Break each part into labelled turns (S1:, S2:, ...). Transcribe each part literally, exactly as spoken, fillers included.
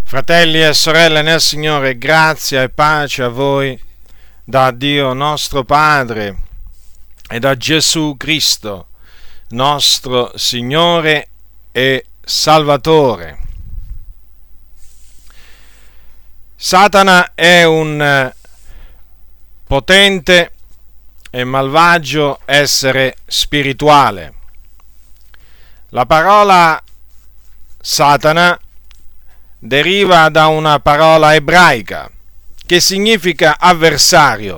S1: Fratelli e sorelle nel Signore, grazia e pace a voi da Dio nostro Padre e da Gesù Cristo, nostro Signore e Salvatore. Satana è un potente e malvagio essere spirituale. La parola Satana deriva da una parola ebraica che significa avversario.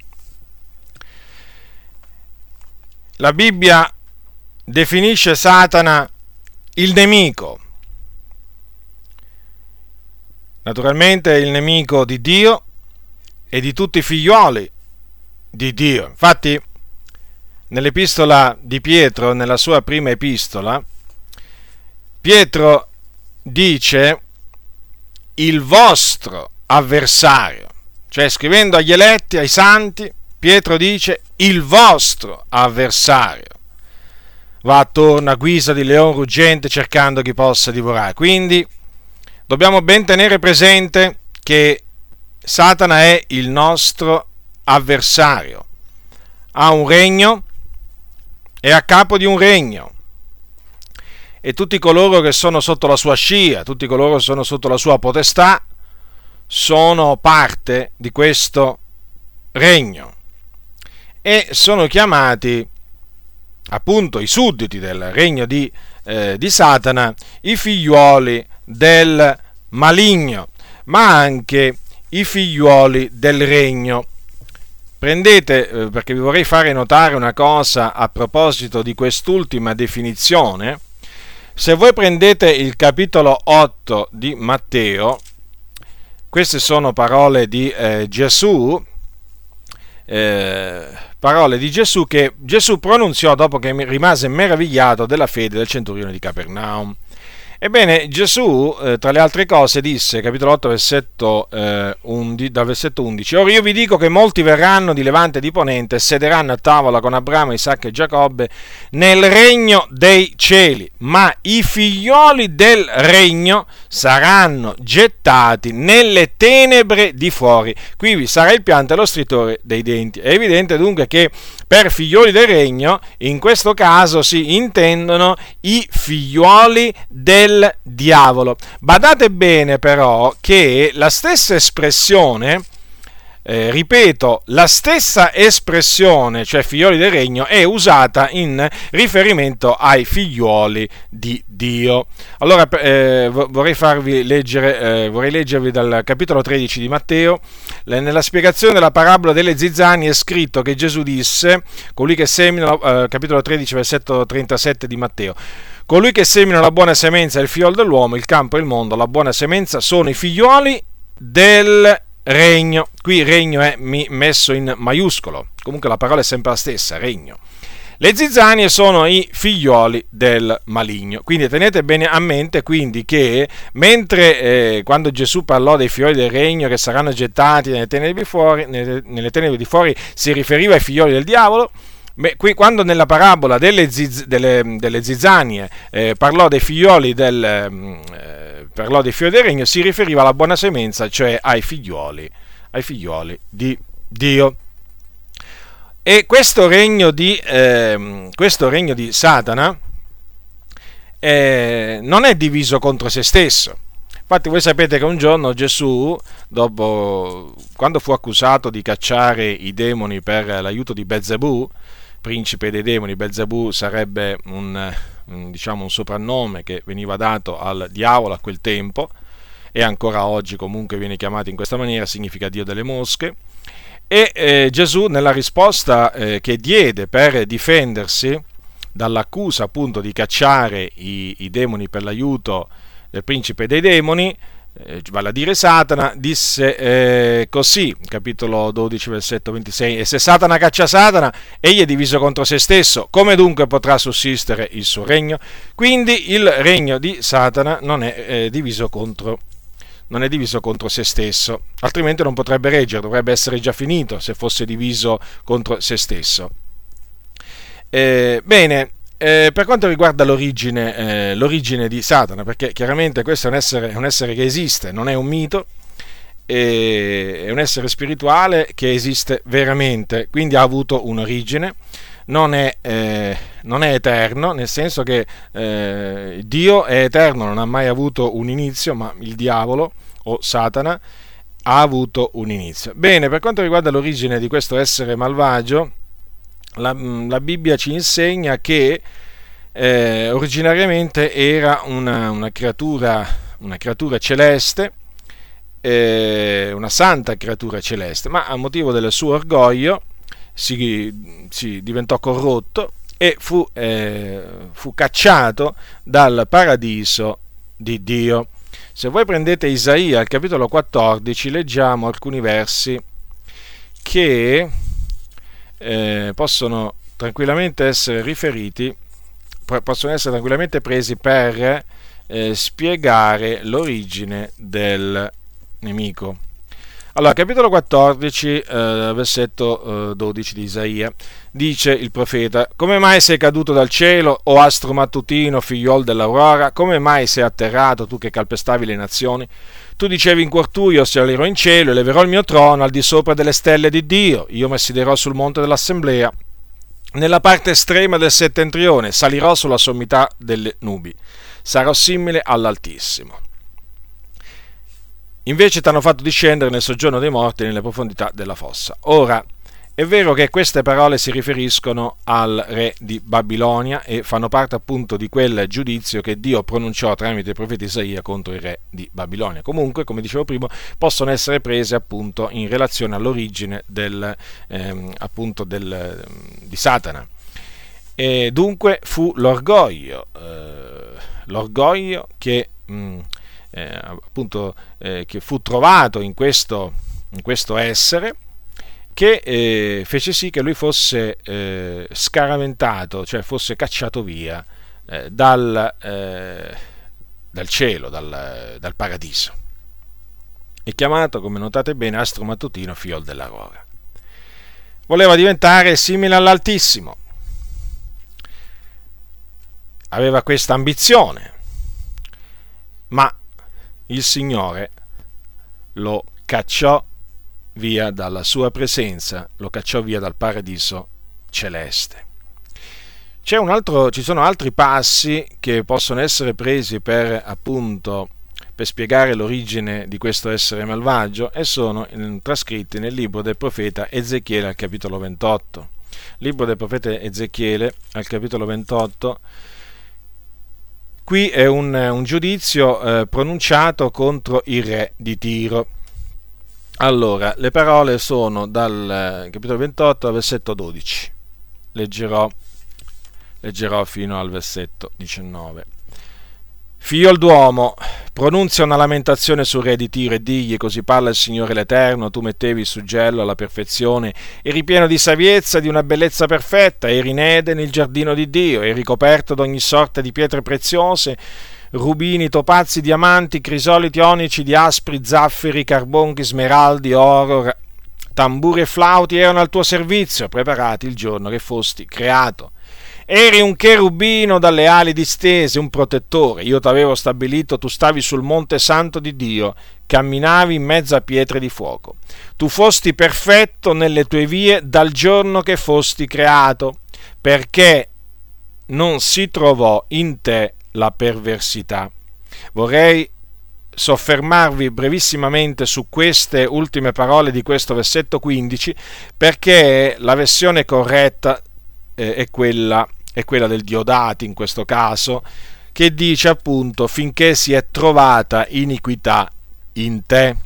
S1: La Bibbia definisce Satana il nemico. Naturalmente è il nemico di Dio e di tutti i figlioli di Dio. Infatti, nell'epistola di Pietro, nella sua prima epistola, Pietro dice il vostro avversario, cioè scrivendo agli eletti, ai santi, Pietro dice il vostro avversario va attorno a guisa di leone ruggente cercando chi possa divorare. Quindi dobbiamo ben tenere presente che Satana è il nostro avversario, ha un regno, è a capo di un regno, e tutti coloro che sono sotto la sua scia, tutti coloro che sono sotto la sua potestà, sono parte di questo regno e sono chiamati appunto i sudditi del regno di, eh, di Satana, i figliuoli del maligno, ma anche i figliuoli del regno. Prendete, eh, perché vi vorrei fare notare una cosa a proposito di quest'ultima definizione. Se voi prendete il capitolo otto di Matteo, queste sono parole di eh, Gesù, eh, parole di Gesù che Gesù pronunziò dopo che rimase meravigliato della fede del centurione di Capernaum. Ebbene, Gesù, eh, tra le altre cose, disse, capitolo otto, versetto, eh, undici, dal versetto undici, ora io vi dico che molti verranno di Levante e di Ponente e sederanno a tavola con Abramo, Isacco e Giacobbe nel regno dei cieli, ma i figlioli del regno saranno gettati nelle tenebre di fuori. Qui vi sarà il pianto e lo stritore dei denti. È evidente dunque che per figlioli del regno, in questo caso si intendono i figlioli del diavolo. Badate bene però che la stessa espressione, eh, ripeto, la stessa espressione, cioè figlioli del regno, è usata in riferimento ai figlioli di Dio. Allora eh, vorrei farvi leggere, eh, vorrei leggervi dal capitolo tredici di Matteo. Nella spiegazione della parabola delle zizzanie è scritto che Gesù disse, colui che semina, eh, capitolo tredici, versetto trentasette di Matteo, colui che semina la buona semenza è il figliolo dell'uomo, il campo e il mondo, la buona semenza sono i figlioli del regno. Qui regno è messo in maiuscolo, comunque la parola è sempre la stessa, regno. Le zizzanie sono i figlioli del maligno. Quindi tenete bene a mente quindi che mentre eh, quando Gesù parlò dei figlioli del regno che saranno gettati nelle tenebre di fuori, nelle, nelle tenebre di fuori si riferiva ai figlioli del diavolo. Beh, qui, quando nella parabola delle, ziz, delle, delle zizzanie eh, parlò dei figlioli del eh, parlò dei figlioli del regno, si riferiva alla buona semenza, cioè ai figlioli, ai figlioli di Dio. E questo regno di, eh, questo regno di Satana eh, non è diviso contro se stesso. Infatti voi sapete che un giorno Gesù, dopo, quando fu accusato di cacciare i demoni per l'aiuto di Belzebù, principe dei demoni, Belzebù sarebbe un, un, diciamo, un soprannome che veniva dato al diavolo a quel tempo, e ancora oggi comunque viene chiamato in questa maniera, significa Dio delle mosche. E eh, Gesù nella risposta eh, che diede per difendersi dall'accusa appunto di cacciare i, i demoni per l'aiuto del principe dei demoni, eh, vale a dire Satana, disse eh, così, capitolo dodici, versetto ventisei, e se Satana caccia Satana, egli è diviso contro se stesso, come dunque potrà sussistere il suo regno? Quindi il regno di Satana non è eh, diviso contro non è diviso contro se stesso, altrimenti non potrebbe reggere, dovrebbe essere già finito se fosse diviso contro se stesso. Eh, bene, eh, per quanto riguarda l'origine, eh, l'origine di Satana, perché chiaramente questo è un essere, è un essere che esiste, non è un mito, è un essere spirituale che esiste veramente, quindi ha avuto un'origine, non è, eh, non è eterno, nel senso che eh, Dio è eterno, non ha mai avuto un inizio, ma il diavolo o Satana ha avuto un inizio. Bene, per quanto riguarda l'origine di questo essere malvagio, la, la Bibbia ci insegna che eh, originariamente era una, una creatura, una creatura celeste, una santa creatura celeste, ma a motivo del suo orgoglio si, si diventò corrotto e fu, eh, fu cacciato dal paradiso di Dio. Se voi prendete Isaia al capitolo quattordici, leggiamo alcuni versi che eh, possono tranquillamente essere riferiti, possono essere tranquillamente presi per eh, spiegare l'origine del nemico. Allora, capitolo quattordici, eh, versetto eh, dodici di Isaia, dice il profeta: come mai sei caduto dal cielo, o astro mattutino, figliuol dell'aurora? Come mai sei atterrato, tu che calpestavi le nazioni? Tu dicevi in cuor tuo: io salirò in cielo e leverò il mio trono al di sopra delle stelle di Dio, io mi siederò sul monte dell'assemblea, nella parte estrema del settentrione, salirò sulla sommità delle nubi, sarò simile all'Altissimo. Invece ti hanno fatto discendere nel soggiorno dei morti nelle profondità della fossa. Ora, è vero che queste parole si riferiscono al re di Babilonia e fanno parte appunto di quel giudizio che Dio pronunciò tramite il profeta Isaia contro il re di Babilonia. Comunque, come dicevo prima, possono essere prese appunto in relazione all'origine del, ehm, appunto del, di Satana. E dunque fu l'orgoglio, eh, l'orgoglio che... Mh, Eh, appunto eh, che fu trovato in questo, in questo essere che eh, fece sì che lui fosse eh, scaraventato, cioè fosse cacciato via eh, dal, eh, dal cielo, dal, dal paradiso. È chiamato, come notate bene, astro mattutino, figliol dell'aurora. Voleva diventare simile all'Altissimo, aveva questa ambizione, ma il Signore lo cacciò via dalla sua presenza, lo cacciò via dal paradiso celeste. C'è un altro, ci sono altri passi che possono essere presi per appunto per spiegare l'origine di questo essere malvagio e sono trascritti nel libro del profeta Ezechiele al capitolo ventotto. Libro del profeta Ezechiele al capitolo ventotto. Qui è un, un giudizio eh, pronunciato contro il re di Tiro. Allora, le parole sono dal eh, capitolo ventotto al versetto dodici. Leggerò, leggerò fino al versetto diciannove. Figliol d'uomo, pronunzia una lamentazione sul re di Tiro e digli: così parla il Signore l'Eterno, tu mettevi il suggello alla perfezione, eri pieno di saviezza, di una bellezza perfetta, eri in Eden, il giardino di Dio, eri coperto d'ogni sorta di pietre preziose, rubini, topazi, diamanti, crisoliti, onici, diaspri, zaffiri, carbonchi, smeraldi, oro, tamburi e flauti erano al tuo servizio, preparati il giorno che fosti creato. Eri un cherubino dalle ali distese, un protettore. Io t'avevo stabilito, tu stavi sul monte santo di Dio, camminavi in mezzo a pietre di fuoco. Tu fosti perfetto nelle tue vie dal giorno che fosti creato, perché non si trovò in te la perversità. Vorrei soffermarvi brevissimamente su queste ultime parole di questo versetto quindici, perché la versione corretta eh, è quella è quella del Diodati in questo caso, che dice appunto: finché si è trovata iniquità in te.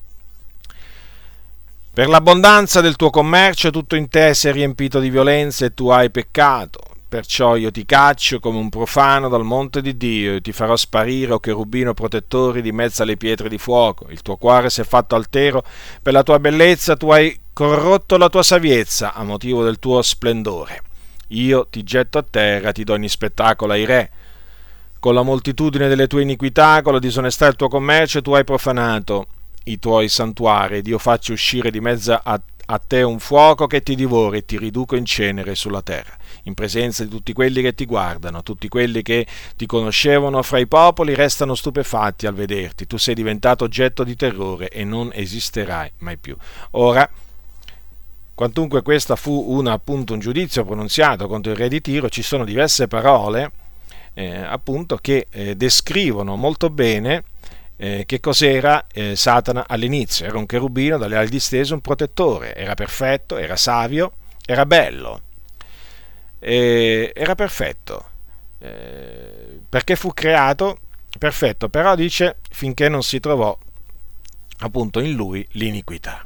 S1: Per l'abbondanza del tuo commercio tutto in te si è riempito di violenza e tu hai peccato. Perciò io ti caccio come un profano dal monte di Dio e ti farò sparire, o cherubino protettori, di mezzo alle pietre di fuoco. Il tuo cuore si è fatto altero per la tua bellezza, tu hai corrotto la tua saviezza a motivo del tuo splendore. Io ti getto a terra, ti do ogni spettacolo ai re. Con la moltitudine delle tue iniquità, con la disonestà del tuo commercio, tu hai profanato i tuoi santuari, ed io faccio uscire di mezzo a, a te un fuoco che ti divora e ti riduco in cenere sulla terra. in presenza di tutti quelli che ti guardano, tutti quelli che ti conoscevano fra i popoli restano stupefatti al vederti, tu sei diventato oggetto di terrore e non esisterai mai più. Ora, quantunque questo fu una, appunto, un giudizio pronunziato contro il re di Tiro, ci sono diverse parole eh, appunto che eh, descrivono molto bene eh, che cos'era eh, Satana all'inizio. Era un cherubino dalle ali distese, un protettore, era perfetto, era savio, era bello, eh, era perfetto, eh, perché fu creato perfetto, però dice finché non si trovò appunto in lui l'iniquità.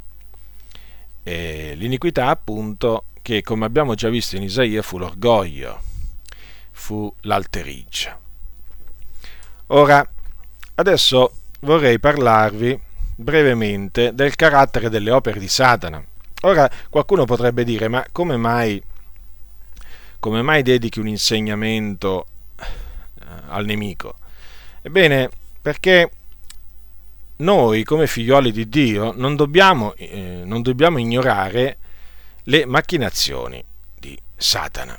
S1: E l'iniquità, appunto, che come abbiamo già visto in Isaia, fu l'orgoglio, fu l'alterigia. Ora, adesso vorrei parlarvi brevemente del carattere delle opere di Satana. Ora, qualcuno potrebbe dire, ma come mai, come mai dedichi un insegnamento al nemico? Ebbene, perché noi, come figlioli di Dio, non dobbiamo, eh, non dobbiamo ignorare le macchinazioni di Satana.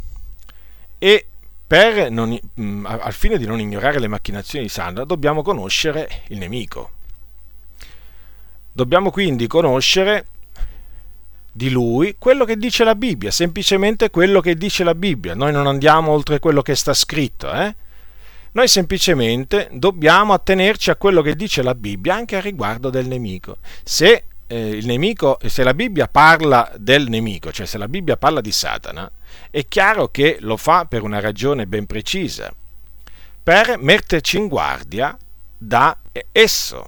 S1: E per non, mh, al fine di non ignorare le macchinazioni di Satana, dobbiamo conoscere il nemico. Dobbiamo quindi conoscere di lui quello che dice la Bibbia, semplicemente quello che dice la Bibbia. Noi non andiamo oltre quello che sta scritto, eh? Noi semplicemente dobbiamo attenerci a quello che dice la Bibbia anche a riguardo del nemico. Se eh, il nemico, se la Bibbia parla del nemico, cioè se la Bibbia parla di Satana, è chiaro che lo fa per una ragione ben precisa, per metterci in guardia da esso.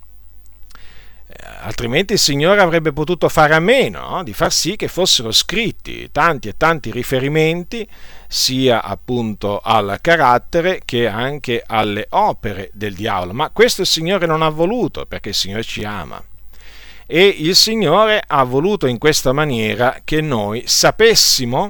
S1: Altrimenti il Signore avrebbe potuto fare a meno, no? Di far sì che fossero scritti tanti e tanti riferimenti sia appunto al carattere che anche alle opere del diavolo, ma questo il Signore non ha voluto, perché il Signore ci ama e il Signore ha voluto in questa maniera che noi sapessimo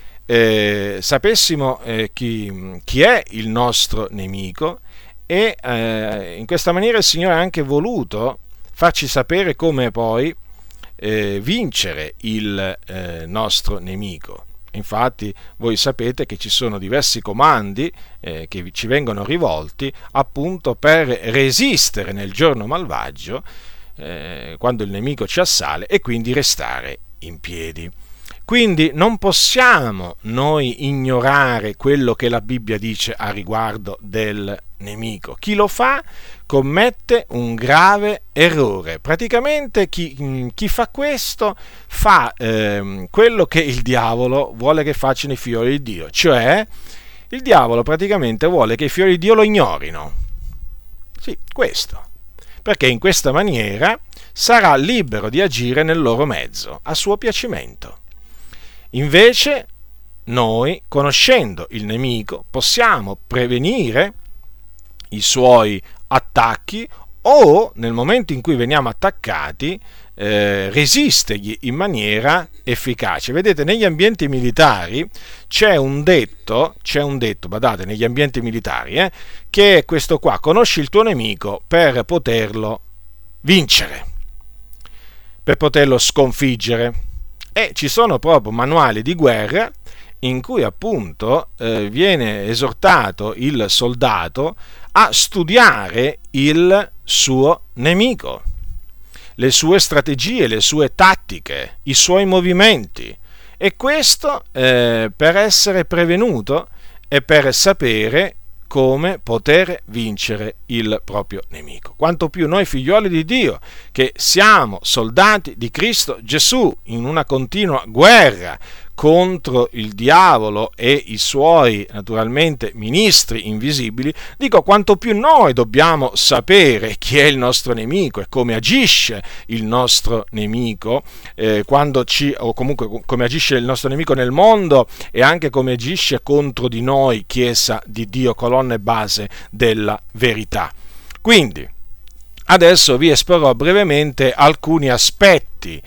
S1: eh, sapessimo eh, chi, chi è il nostro nemico e eh, in questa maniera il Signore ha anche voluto farci sapere come poi eh, vincere il eh, nostro nemico. Infatti voi sapete che ci sono diversi comandi eh, che ci vengono rivolti appunto per resistere nel giorno malvagio, eh, quando il nemico ci assale, e quindi restare in piedi. Quindi non possiamo noi ignorare quello che la Bibbia dice a riguardo del nemico. Chi lo fa commette un grave errore. Praticamente chi, chi fa questo fa eh, quello che il diavolo vuole che facciano i figli di Dio, cioè il diavolo praticamente vuole che i figli di Dio lo ignorino. Sì, questo. Perché in questa maniera sarà libero di agire nel loro mezzo, a suo piacimento. Invece noi, conoscendo il nemico, possiamo prevenire i suoi attacchi o, nel momento in cui veniamo attaccati, eh, resistergli in maniera efficace. Vedete, negli ambienti militari c'è un detto, c'è un detto, badate, negli ambienti militari, eh, che è questo qua: conosci il tuo nemico per poterlo vincere, per poterlo sconfiggere. E ci sono proprio manuali di guerra in cui appunto eh, viene esortato il soldato a studiare il suo nemico, le sue strategie, le sue tattiche, i suoi movimenti, e questo eh, per essere prevenuto e per sapere come poter vincere il proprio nemico. Quanto più noi figlioli di Dio, che siamo soldati di Cristo Gesù in una continua guerra contro il diavolo e i suoi, naturalmente, ministri invisibili, dico, quanto più noi dobbiamo sapere chi è il nostro nemico e come agisce il nostro nemico, eh, quando ci, o comunque come agisce il nostro nemico nel mondo, e anche come agisce contro di noi, Chiesa di Dio, colonna e base della verità. Quindi, adesso vi esporrò brevemente alcuni aspetti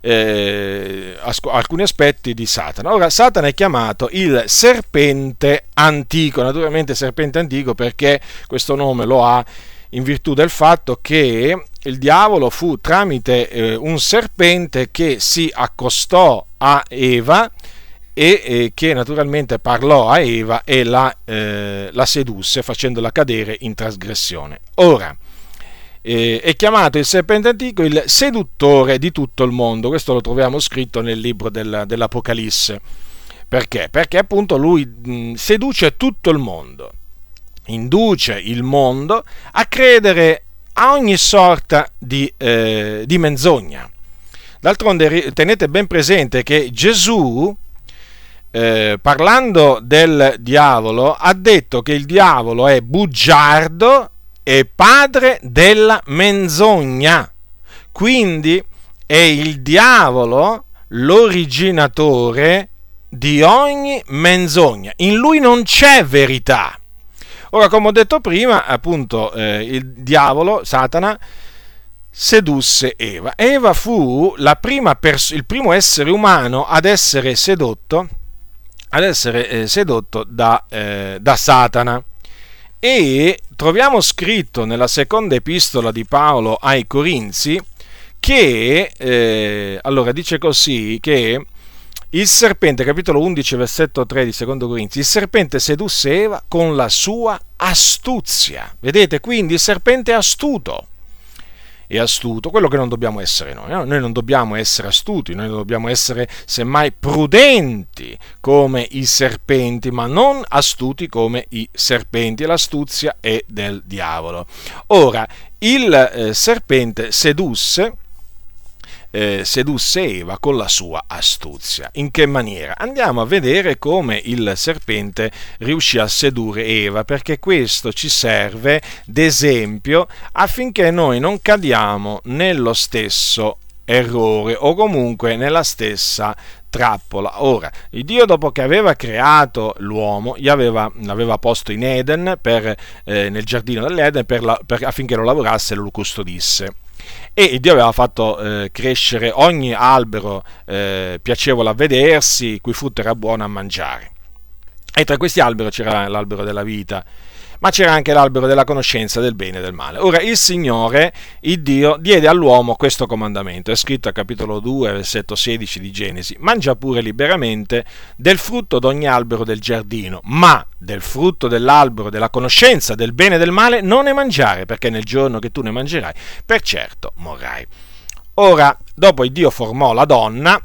S1: Eh, alcuni aspetti di Satana. Ora, Satana è chiamato il serpente antico, naturalmente serpente antico perché questo nome lo ha in virtù del fatto che il diavolo fu tramite eh, un serpente che si accostò a Eva e eh, che naturalmente parlò a Eva e la, eh, la sedusse facendola cadere in trasgressione. Ora, eh, è chiamato il serpente antico il seduttore di tutto il mondo. Questo lo troviamo scritto nel libro del, dell'Apocalisse. Perché? Perché appunto lui mh, seduce tutto il mondo, induce il mondo a credere a ogni sorta di, eh, di menzogna. D'altronde tenete ben presente che Gesù, eh, parlando del diavolo, ha detto che il diavolo è bugiardo e padre della menzogna. Quindi è il diavolo l'originatore di ogni menzogna. In lui non c'è verità. Ora, come ho detto prima, appunto, eh, il diavolo, Satana, sedusse Eva. Eva fu la prima pers- il primo essere umano ad essere sedotto, ad essere eh, sedotto da, eh, da Satana. E troviamo scritto nella seconda epistola di Paolo ai Corinzi che, eh, allora dice così, che il serpente, capitolo undici, versetto tre di secondo Corinzi, il serpente sedusse Eva con la sua astuzia. Vedete, quindi il serpente è astuto. È astuto, quello che non dobbiamo essere noi. No? Noi non dobbiamo essere astuti, noi dobbiamo essere semmai prudenti come i serpenti, ma non astuti come i serpenti. E l'astuzia è del diavolo. Ora, il eh, serpente sedusse Eh, sedusse Eva con la sua astuzia. In che maniera? Andiamo a vedere come il serpente riuscì a sedurre Eva, perché questo ci serve d'esempio affinché noi non cadiamo nello stesso errore o comunque nella stessa trappola. Ora, il Dio, dopo che aveva creato l'uomo, gli aveva, l'aveva posto in Eden, per, eh, nel giardino dell'Eden, per la, per, affinché lo lavorasse e lo custodisse. E Dio aveva fatto eh, crescere ogni albero eh, piacevole a vedersi, cui frutto era buono a mangiare. E tra questi alberi c'era l'albero della vita, ma c'era anche l'albero della conoscenza del bene e del male. Ora il Signore, il Dio, diede all'uomo questo comandamento, è scritto al capitolo due, versetto sedici di Genesi: mangia pure liberamente del frutto d'ogni albero del giardino, ma del frutto dell'albero della conoscenza del bene e del male non ne mangiare, perché nel giorno che tu ne mangerai, per certo morrai. Ora, dopo il Dio formò la donna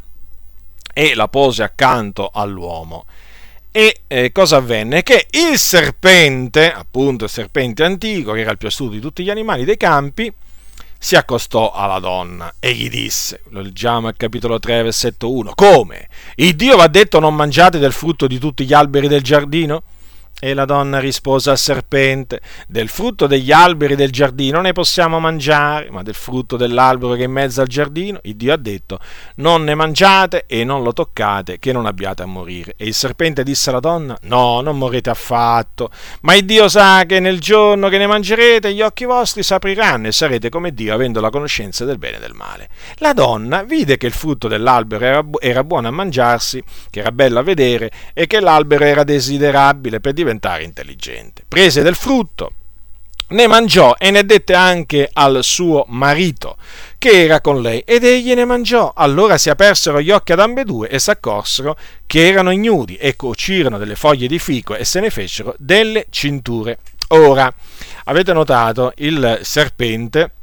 S1: e la pose accanto all'uomo. E eh, cosa avvenne? Che il serpente, appunto il serpente antico, che era il più astuto di tutti gli animali dei campi, si accostò alla donna e gli disse, lo leggiamo al capitolo tre, versetto uno: come? Il Dio vi ha detto non mangiate del frutto di tutti gli alberi del giardino? E la donna rispose al serpente: del frutto degli alberi del giardino ne possiamo mangiare, ma del frutto dell'albero che è in mezzo al giardino, il Dio ha detto: non ne mangiate e non lo toccate, che non abbiate a morire. E il serpente disse alla donna: no, non morrete affatto, ma il Dio sa che nel giorno che ne mangerete gli occhi vostri s'apriranno e sarete come Dio, avendo la conoscenza del bene e del male. La donna vide che il frutto dell'albero era, bu- era buono a mangiarsi, che era bello a vedere e che l'albero era desiderabile per diventare intelligente. Prese del frutto, ne mangiò e ne dette anche al suo marito che era con lei, ed egli ne mangiò. Allora si apersero gli occhi ad ambedue e s'accorsero che erano ignudi, e cucirono delle foglie di fico e se ne fecero delle cinture. Ora, avete notato, il serpente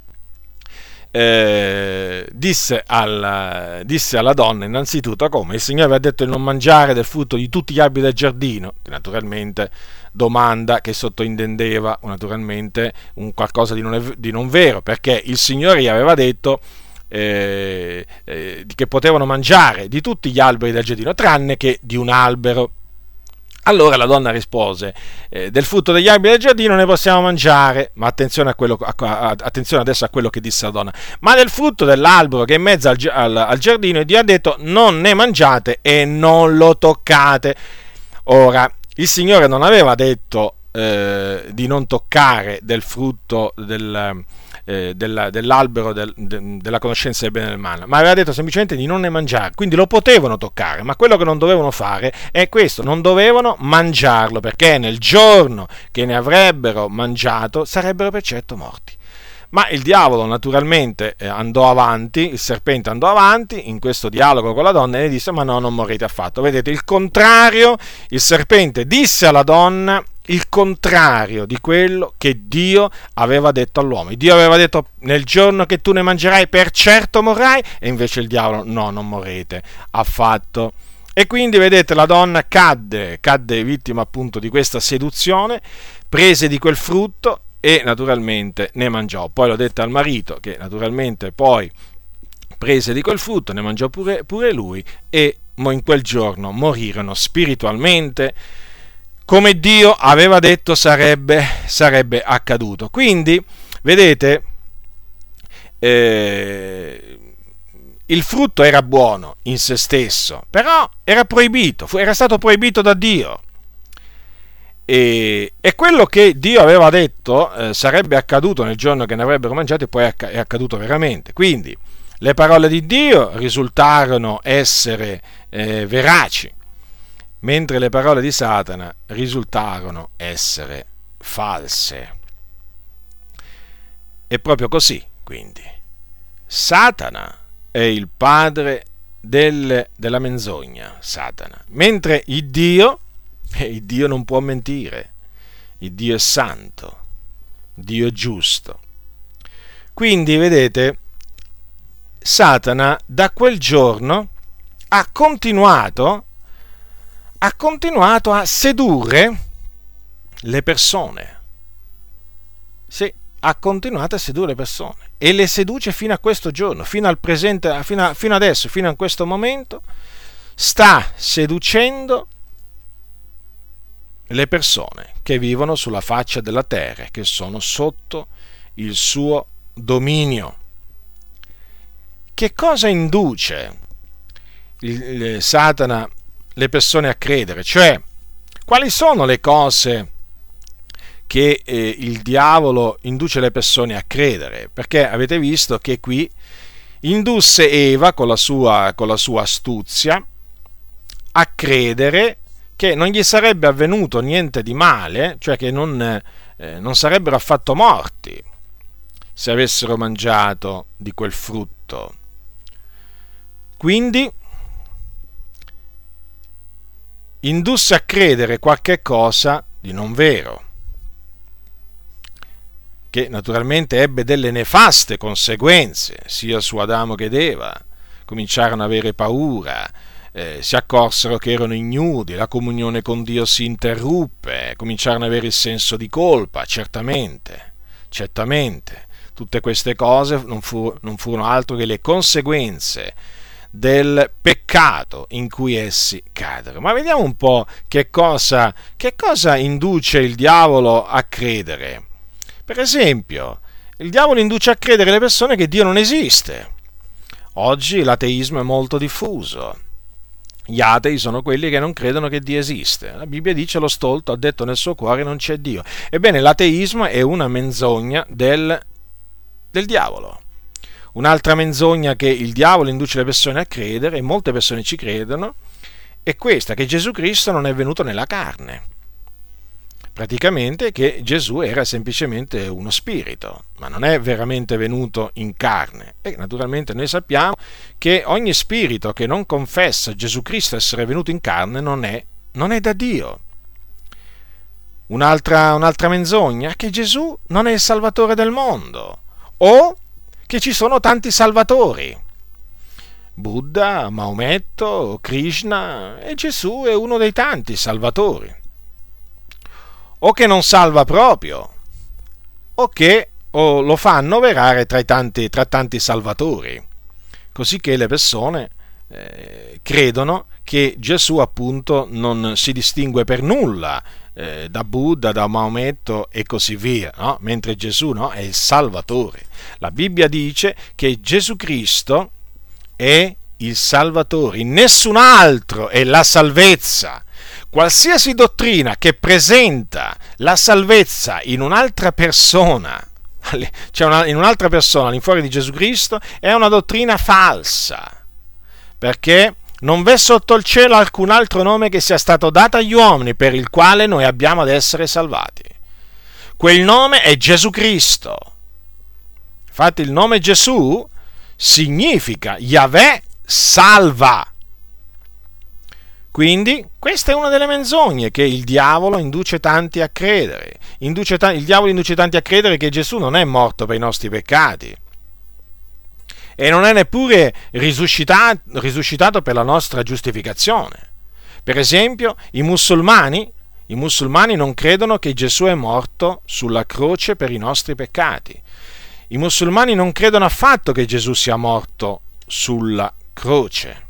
S1: Eh, disse, alla, disse alla donna innanzitutto come il Signore aveva detto di non mangiare del frutto di tutti gli alberi del giardino, che naturalmente domanda che sottointendeva naturalmente un qualcosa di non, di non vero, perché il Signore gli aveva detto eh, eh, che potevano mangiare di tutti gli alberi del giardino tranne che di un albero. Allora la donna rispose: eh, del frutto degli alberi del giardino ne possiamo mangiare, ma attenzione, a quello, a, a, attenzione adesso a quello che disse la donna, ma del frutto dell'albero che è in mezzo al, al, al giardino, Dio ha detto non ne mangiate e non lo toccate. Ora, il Signore non aveva detto eh, di non toccare del frutto del... Eh, della, dell'albero del, de, della conoscenza del bene e del male, ma aveva detto semplicemente di non ne mangiare, quindi lo potevano toccare, ma quello che non dovevano fare è questo: non dovevano mangiarlo, perché nel giorno che ne avrebbero mangiato sarebbero per certo morti. Ma il diavolo naturalmente andò avanti, il serpente andò avanti in questo dialogo con la donna e le disse: ma no, non morrete affatto. Vedete, il contrario, il serpente disse alla donna il contrario di quello che Dio aveva detto all'uomo. Dio aveva detto: nel giorno che tu ne mangerai per certo morrai, e invece il diavolo: no, non morrete affatto. E quindi vedete, la donna cadde, cadde vittima appunto di questa seduzione, prese di quel frutto e naturalmente ne mangiò. Poi lo dette al marito, che naturalmente poi prese di quel frutto, ne mangiò pure, pure lui, e in quel giorno morirono spiritualmente, come Dio aveva detto sarebbe, sarebbe accaduto. Quindi, vedete, eh, il frutto era buono in se stesso, però era proibito, era stato proibito da Dio. E, e quello che Dio aveva detto eh, sarebbe accaduto nel giorno che ne avrebbero mangiato, e poi è, è accaduto veramente. Quindi le parole di Dio risultarono essere eh, veraci, mentre le parole di Satana risultarono essere false. È proprio così, quindi. Satana è il padre del, della menzogna, Satana, mentre il Dio, il Dio non può mentire, il Dio è santo, Dio è giusto. Quindi, vedete, Satana da quel giorno ha continuato ha continuato a sedurre le persone. Sì, ha continuato a sedurre le persone e le seduce fino a questo giorno, fino al presente, fino, a, fino adesso, fino a questo momento, sta seducendo le persone che vivono sulla faccia della terra, che sono sotto il suo dominio. Che cosa induce il, il Satana le persone a credere? Cioè, quali sono le cose che eh, il diavolo induce le persone a credere? Perché avete visto che qui indusse Eva con la sua, con la sua astuzia a credere che non gli sarebbe avvenuto niente di male, cioè che non, eh, non sarebbero affatto morti se avessero mangiato di quel frutto. Quindi indusse a credere qualche cosa di non vero, che naturalmente ebbe delle nefaste conseguenze, sia su Adamo che Eva. Cominciarono ad avere paura, eh, si accorsero che erano ignudi, la comunione con Dio si interruppe, cominciarono ad avere il senso di colpa, certamente, certamente. Tutte queste cose non, fu, non furono altro che le conseguenze del peccato in cui essi caddero. Ma vediamo un po' che cosa, che cosa induce il diavolo a credere. Per esempio, il diavolo induce a credere le persone che Dio non esiste. Oggi l'ateismo è molto diffuso. Gli atei sono quelli che non credono che Dio esiste. La Bibbia dice: lo stolto ha detto nel suo cuore non c'è Dio. Ebbene, l'ateismo è una menzogna del, del diavolo. Un'altra menzogna che il diavolo induce le persone a credere, e molte persone ci credono, è questa: che Gesù Cristo non è venuto nella carne. Praticamente che Gesù era semplicemente uno spirito, ma non è veramente venuto in carne. E naturalmente noi sappiamo che ogni spirito che non confessa Gesù Cristo essere venuto in carne non è, non è da Dio. Un'altra, un'altra menzogna è che Gesù non è il Salvatore del mondo, o che ci sono tanti salvatori. Buddha, Maometto, Krishna, e Gesù è uno dei tanti salvatori. O che non salva proprio, o che o lo fa annoverare tra i tanti, tra tanti salvatori, così che le persone eh, credono che Gesù appunto non si distingue per nulla eh, da Buddha, da Maometto e così via, no? Mentre Gesù, no, è il Salvatore. La Bibbia dice che Gesù Cristo è il Salvatore, in nessun altro è la salvezza. Qualsiasi dottrina che presenta la salvezza in un'altra persona, cioè una, in un'altra persona all'infuori di Gesù Cristo, è una dottrina falsa, perché non v'è sotto il cielo alcun altro nome che sia stato dato agli uomini per il quale noi abbiamo ad essere salvati. Quel nome è Gesù Cristo. Infatti il nome Gesù significa Yahweh salva. Quindi questa è una delle menzogne che il diavolo induce tanti a credere. Induce ta- il diavolo induce tanti a credere che Gesù non è morto per i nostri peccati e non è neppure risuscitato, risuscitato per la nostra giustificazione. Per esempio, i musulmani, i musulmani non credono che Gesù è morto sulla croce per i nostri peccati. I musulmani non credono affatto che Gesù sia morto sulla croce.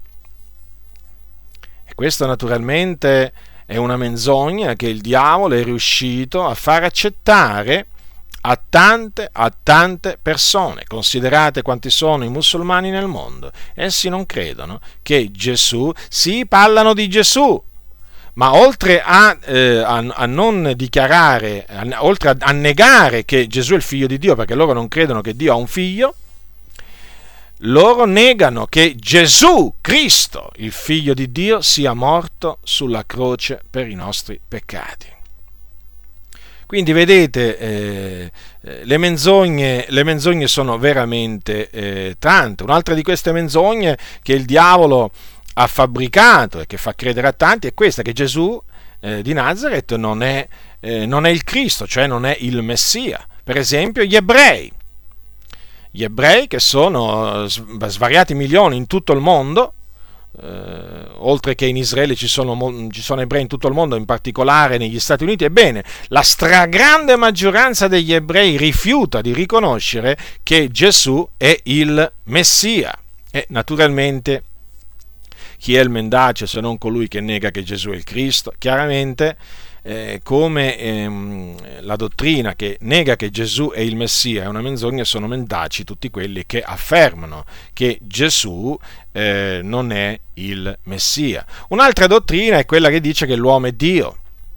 S1: E questo naturalmente è una menzogna che il diavolo è riuscito a far accettare a tante, a tante persone. Considerate quanti sono i musulmani nel mondo. Essi non credono che Gesù, sì, parlano di Gesù, ma oltre a, eh, a, a non dichiarare, a, oltre a, a negare che Gesù è il figlio di Dio, perché loro non credono che Dio ha un figlio, loro negano che Gesù Cristo, il figlio di Dio, sia morto sulla croce per i nostri peccati. Quindi vedete, eh, le menzogne, le menzogne sono veramente eh, tante. Un'altra di queste menzogne che il diavolo ha fabbricato e che fa credere a tanti è questa, che Gesù eh, di Nazaret non è, eh, non è il Cristo, cioè non è il Messia. Per esempio gli ebrei, gli ebrei che sono svariati milioni in tutto il mondo, eh, oltre che in Israele ci sono, ci sono ebrei in tutto il mondo, in particolare negli Stati Uniti. Ebbene, la stragrande maggioranza degli ebrei rifiuta di riconoscere che Gesù è il Messia e naturalmente chi è il mendace se non colui che nega che Gesù è il Cristo? Chiaramente, eh, come ehm, la dottrina che nega che Gesù è il Messia è una menzogna, sono mendaci tutti quelli che affermano che Gesù eh, non è il Messia. Un'altra dottrina è quella che dice che l'uomo è Dio,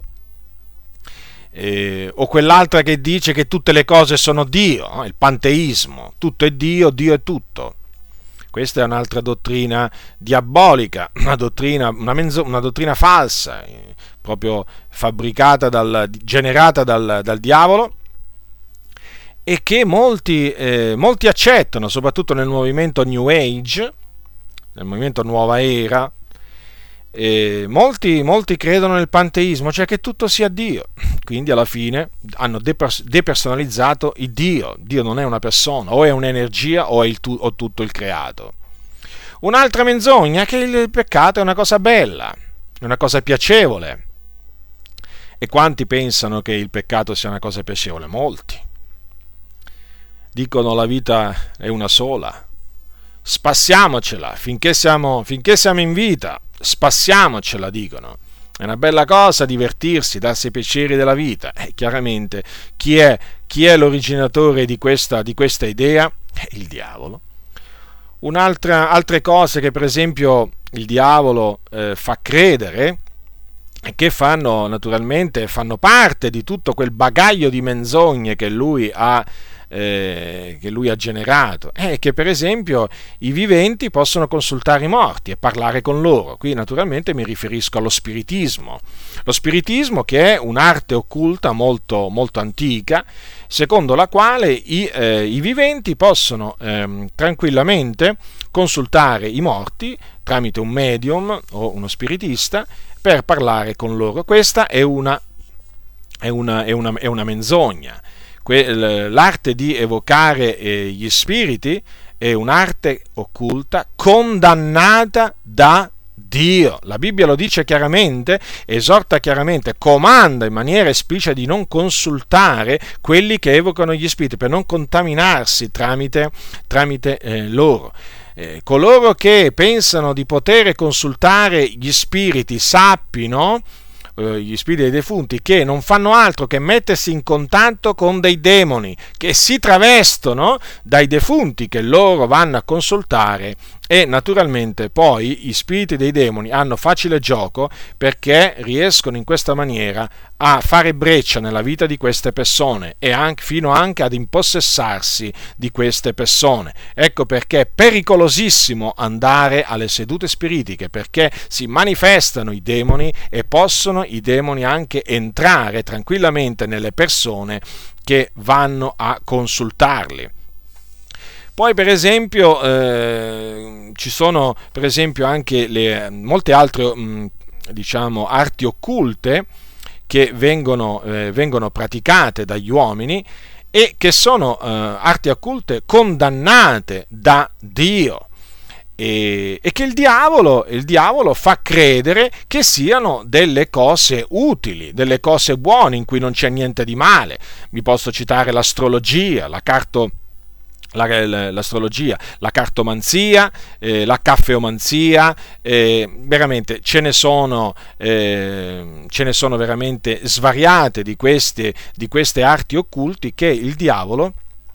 S1: eh, o quell'altra che dice che tutte le cose sono Dio, no? Il panteismo, tutto è Dio, Dio è tutto. Questa è un'altra dottrina diabolica, una dottrina, una menzo, una dottrina falsa, eh, proprio fabbricata, dal, generata dal, dal diavolo, e che molti, eh, molti accettano, soprattutto nel movimento New Age, nel movimento Nuova Era. Eh, molti, molti credono nel panteismo, cioè che tutto sia Dio. Quindi alla fine hanno depers- depersonalizzato il Dio. Dio non è una persona, o è un'energia o è il tu- o tutto il creato. Un'altra menzogna è che il peccato è una cosa bella, è una cosa piacevole. E quanti pensano che il peccato sia una cosa piacevole? Molti. Dicono la vita è una sola, spassiamocela finché siamo, finché siamo in vita. Spassiamocela, dicono. È una bella cosa divertirsi, darsi i piaceri della vita. E chiaramente chi è, chi è l'originatore di questa, di questa idea? È il diavolo. Un'altra, altre cose che per esempio il diavolo eh, fa credere e che fanno naturalmente fanno parte di tutto quel bagaglio di menzogne che lui ha Eh, che lui ha generato, è che per esempio i viventi possono consultare i morti e parlare con loro. Qui naturalmente mi riferisco allo spiritismo. Lo spiritismo, che è un'arte occulta molto, molto antica, secondo la quale i, eh, i viventi possono eh, tranquillamente consultare i morti tramite un medium o uno spiritista per parlare con loro. Questa è una, è una, è una, è una menzogna. L'arte di evocare gli spiriti è un'arte occulta condannata da Dio. La Bibbia lo dice chiaramente, esorta chiaramente, comanda in maniera esplicita di non consultare quelli che evocano gli spiriti per non contaminarsi tramite, tramite eh, loro. Eh, coloro che pensano di poter consultare gli spiriti sappino, gli spiriti dei defunti, che non fanno altro che mettersi in contatto con dei demoni che si travestono dai defunti che loro vanno a consultare, e naturalmente poi gli spiriti dei demoni hanno facile gioco perché riescono in questa maniera a fare breccia nella vita di queste persone e anche, fino anche ad impossessarsi di queste persone. Ecco perché è pericolosissimo andare alle sedute spiritiche, perché si manifestano i demoni e possono i demoni anche entrare tranquillamente nelle persone che vanno a consultarli. Poi per esempio eh, ci sono per esempio anche le, molte altre mh, diciamo arti occulte che vengono, eh, vengono praticate dagli uomini e che sono eh, arti occulte condannate da Dio. E, e che il diavolo, il diavolo fa credere che siano delle cose utili, delle cose buone in cui non c'è niente di male. Vi posso citare l'astrologia, la carto, la, l'astrologia, la cartomanzia, eh, la caffeomanzia, eh, veramente ce ne sono, eh, ce ne sono veramente svariate di queste, di queste arti occulti che il diavolo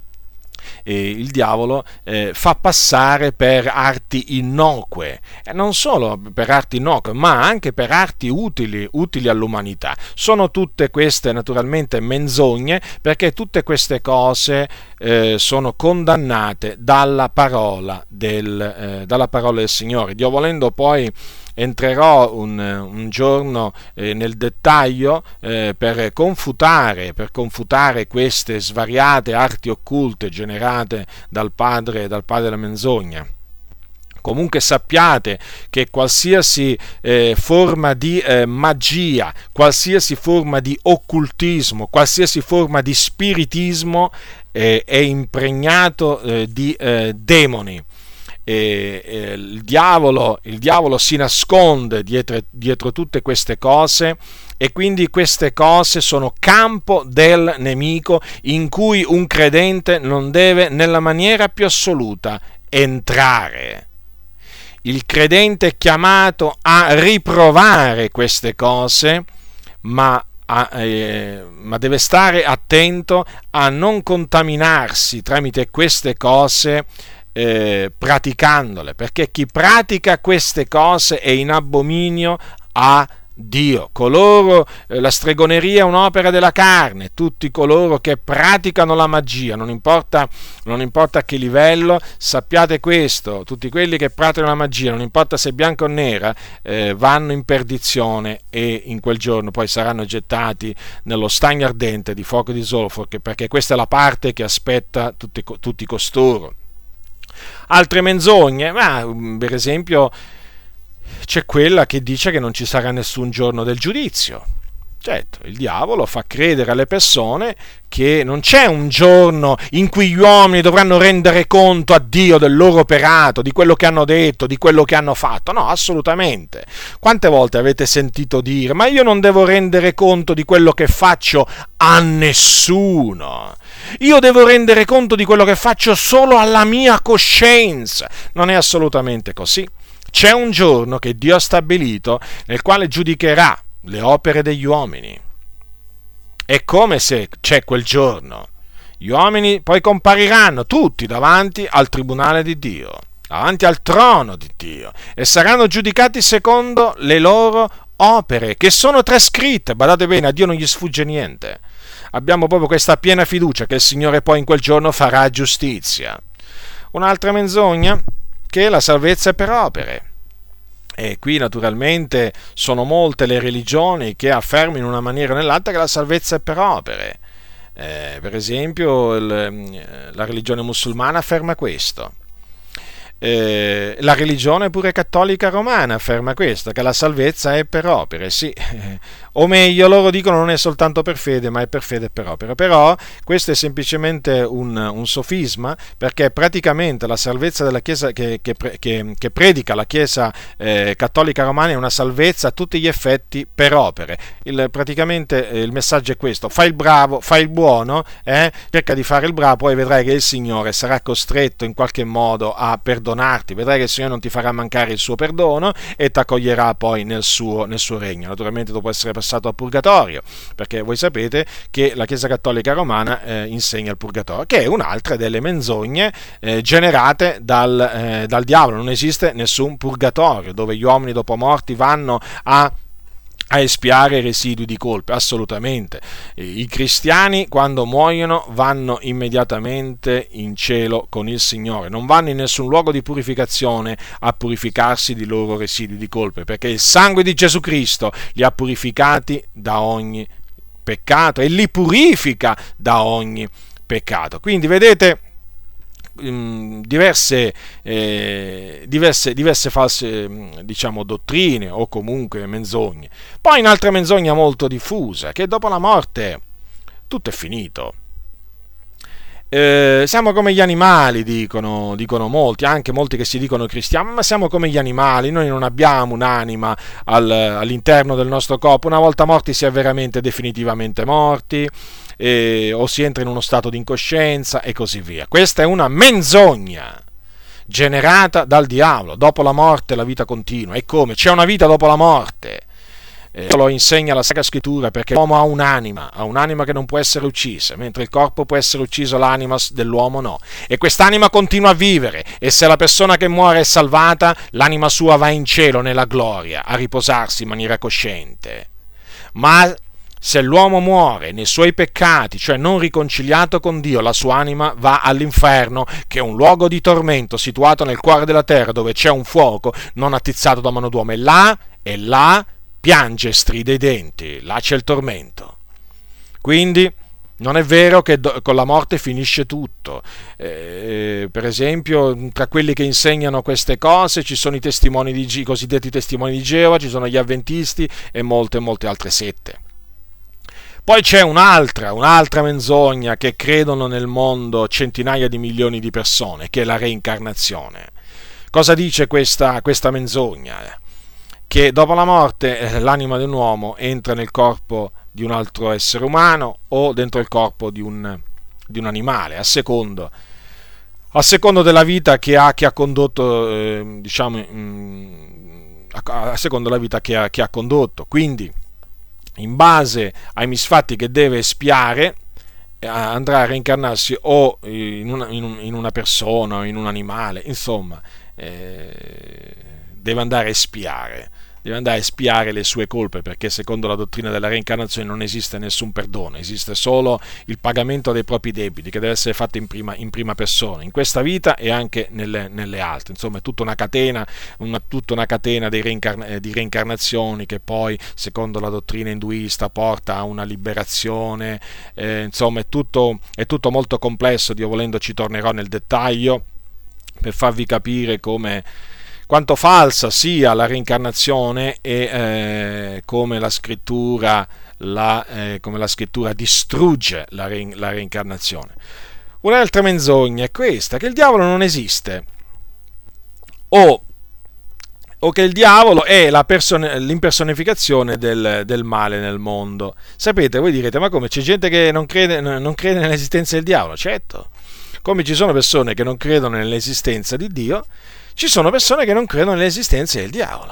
S1: E il diavolo eh, fa passare per arti innocue, e non solo per arti innocue, ma anche per arti utili, utili all'umanità. Sono tutte queste naturalmente menzogne, perché tutte queste cose eh, sono condannate dalla parola del, eh, dalla parola del Signore. Dio volendo poi entrerò un, un giorno eh, nel dettaglio eh, per confutare, per confutare queste svariate arti occulte generate dal padre, dal padre della menzogna. Comunque sappiate che qualsiasi eh, forma di eh, magia, qualsiasi forma di occultismo, qualsiasi forma di spiritismo eh, è impregnato eh, di eh, demoni. E, e il, diavolo, il diavolo si nasconde dietro, dietro tutte queste cose, e quindi queste cose sono campo del nemico in cui un credente non deve nella maniera più assoluta entrare. Il credente è chiamato a riprovare queste cose, ma A, eh, ma deve stare attento a non contaminarsi tramite queste cose eh, praticandole, perché chi pratica queste cose è in abominio a Dio. Coloro, eh, la stregoneria è un'opera della carne. Tutti coloro che praticano la magia, non importa, non importa a che livello, sappiate questo, tutti quelli che praticano la magia, non importa se è bianca o nera, eh, vanno in perdizione, e in quel giorno poi saranno gettati nello stagno ardente di fuoco di zolfo, perché questa è la parte che aspetta tutti, tutti costoro. Altre menzogne, ma per esempio c'è quella che dice che non ci sarà nessun giorno del giudizio. Certo, il diavolo fa credere alle persone che non c'è un giorno in cui gli uomini dovranno rendere conto a Dio del loro operato, di quello che hanno detto, di quello che hanno fatto. No, assolutamente. Quante volte avete sentito dire: ma io non devo rendere conto di quello che faccio a nessuno. Io devo rendere conto di quello che faccio solo alla mia coscienza. Non è assolutamente così. C'è un giorno che Dio ha stabilito nel quale giudicherà le opere degli uomini. È come se c'è quel giorno. Gli uomini poi compariranno tutti davanti al tribunale di Dio, davanti al trono di Dio, e saranno giudicati secondo le loro opere, che sono trascritte. Badate bene, a Dio non gli sfugge niente. Abbiamo proprio questa piena fiducia che il Signore poi in quel giorno farà giustizia. Un'altra menzogna, che la salvezza è per opere. E qui naturalmente sono molte le religioni che affermano in una maniera o nell'altra che la salvezza è per opere. Eh, per esempio il, la religione musulmana afferma questo. Eh, la religione pure cattolica romana afferma questo, che la salvezza è per opere, sì, o meglio, loro dicono non è soltanto per fede, ma è per fede e per opera. Però questo è semplicemente un, un sofisma, perché praticamente la salvezza della Chiesa che, che, che, che predica la Chiesa eh, cattolica romana è una salvezza a tutti gli effetti per opere. Il, praticamente eh, il messaggio è questo: fai il bravo, fai il buono, eh, cerca di fare il bravo, poi vedrai che il Signore sarà costretto in qualche modo a perdonarti. Vedrai che il Signore non ti farà mancare il suo perdono e ti accoglierà poi nel suo, nel suo regno. Naturalmente dopo essere passato al purgatorio, perché voi sapete che la Chiesa Cattolica Romana eh, insegna il purgatorio, che è un'altra delle menzogne eh, generate dal, eh, dal diavolo. Non esiste nessun purgatorio dove gli uomini dopo morti vanno a a espiare i residui di colpe, assolutamente. I cristiani quando muoiono vanno immediatamente in cielo con il Signore, non vanno in nessun luogo di purificazione a purificarsi di loro residui di colpe, perché il sangue di Gesù Cristo li ha purificati da ogni peccato e li purifica da ogni peccato. Quindi vedete mh, diverse, eh, diverse, diverse false mh, diciamo, dottrine o comunque menzogne. Poi un'altra menzogna molto diffusa, che dopo la morte tutto è finito. Eh, siamo come gli animali, dicono, dicono molti, anche molti che si dicono cristiani, ma siamo come gli animali, noi non abbiamo un'anima al, all'interno del nostro corpo, una volta morti si è veramente definitivamente morti, eh, o si entra in uno stato di incoscienza e così via. Questa è una menzogna generata dal diavolo. Dopo la morte la vita continua. E come? C'è una vita dopo la morte. Eh, lo insegna la Sacra Scrittura, perché l'uomo ha un'anima, ha un'anima che non può essere uccisa, mentre il corpo può essere ucciso, l'anima dell'uomo no. E quest'anima continua a vivere, e se la persona che muore è salvata, l'anima sua va in cielo nella gloria, a riposarsi in maniera cosciente. Ma se l'uomo muore nei suoi peccati, cioè non riconciliato con Dio, la sua anima va all'inferno, che è un luogo di tormento situato nel cuore della terra, dove c'è un fuoco non attizzato da mano d'uomo, e là, e là piange, stride i denti, là c'è il tormento. Quindi non è vero che do, con la morte finisce tutto. Eh, per esempio, tra quelli che insegnano queste cose ci sono i testimoni di, i cosiddetti testimoni di Geova, ci sono gli avventisti e molte, molte altre sette. Poi c'è un'altra, un'altra menzogna che credono nel mondo centinaia di milioni di persone, che è la reincarnazione. Cosa dice questa, questa menzogna? Che dopo la morte l'anima di un uomo entra nel corpo di un altro essere umano o dentro il corpo di un, di un animale, a secondo, a secondo della vita che ha, che ha condotto, eh, diciamo, mh, a, a secondo la vita che ha, che ha condotto. Quindi, in base ai misfatti che deve espiare, andrà a reincarnarsi o in una, in un, in una persona o in un animale, insomma, eh, deve andare a espiare, deve andare a espiare le sue colpe, perché secondo la dottrina della reincarnazione non esiste nessun perdono, esiste solo il pagamento dei propri debiti, che deve essere fatto in prima, in prima persona, in questa vita e anche nelle, nelle altre. Insomma, è tutta una catena, una, tutta una catena di, reincarna, di reincarnazioni che poi, secondo la dottrina induista, porta a una liberazione. Eh, insomma, è tutto, è tutto molto complesso. Dio volendo ci tornerò nel dettaglio per farvi capire come quanto falsa sia la reincarnazione e eh, come la scrittura la, eh, come la scrittura distrugge la, re, la reincarnazione. Un'altra menzogna è questa, che il diavolo non esiste, o, o che il diavolo è la person- l'impersonificazione del, del male nel mondo. Sapete, voi direte, ma come, c'è gente che non crede, non crede nell'esistenza del diavolo? Certo, come ci sono persone che non credono nell'esistenza di Dio, ci sono persone che non credono nell'esistenza del diavolo.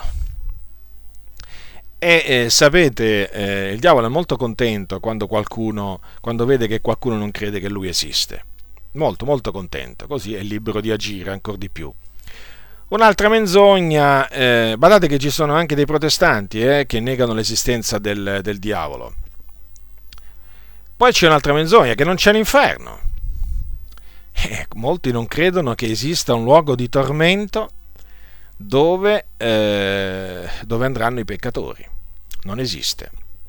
S1: E eh, sapete, eh, il diavolo è molto contento quando qualcuno, quando vede che qualcuno non crede che lui esiste. Molto, molto contento, così è libero di agire ancora di più. Un'altra menzogna, eh, badate che ci sono anche dei protestanti eh, che negano l'esistenza del, del diavolo. Poi c'è un'altra menzogna, che non c'è l'inferno. Eh, molti non credono che esista un luogo di tormento dove, eh, dove andranno i peccatori. Non esiste.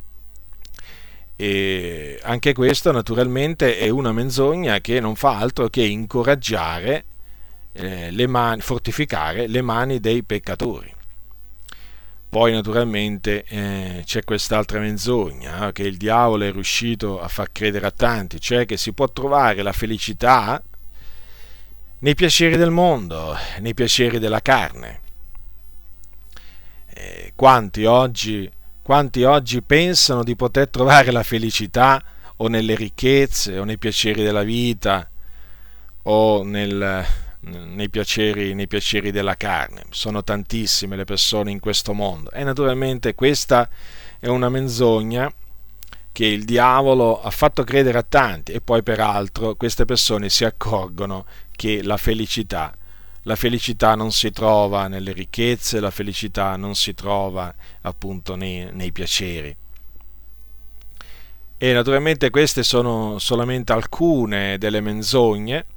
S1: E anche questo naturalmente è una menzogna che non fa altro che incoraggiare, eh, le mani, fortificare le mani dei peccatori. Poi naturalmente eh, c'è quest'altra menzogna, eh, che il diavolo è riuscito a far credere a tanti, cioè che si può trovare la felicità nei piaceri del mondo, nei piaceri della carne. Eh, quanti oggi, quanti oggi pensano di poter trovare la felicità o nelle ricchezze, o nei piaceri della vita, o nel, nei, piaceri, nei piaceri della carne. Sono tantissime le persone in questo mondo, e naturalmente questa è una menzogna che il diavolo ha fatto credere a tanti, e poi peraltro queste persone si accorgono che la felicità, la felicità non si trova nelle ricchezze, la felicità non si trova appunto nei, nei piaceri. E naturalmente queste sono solamente alcune delle menzogne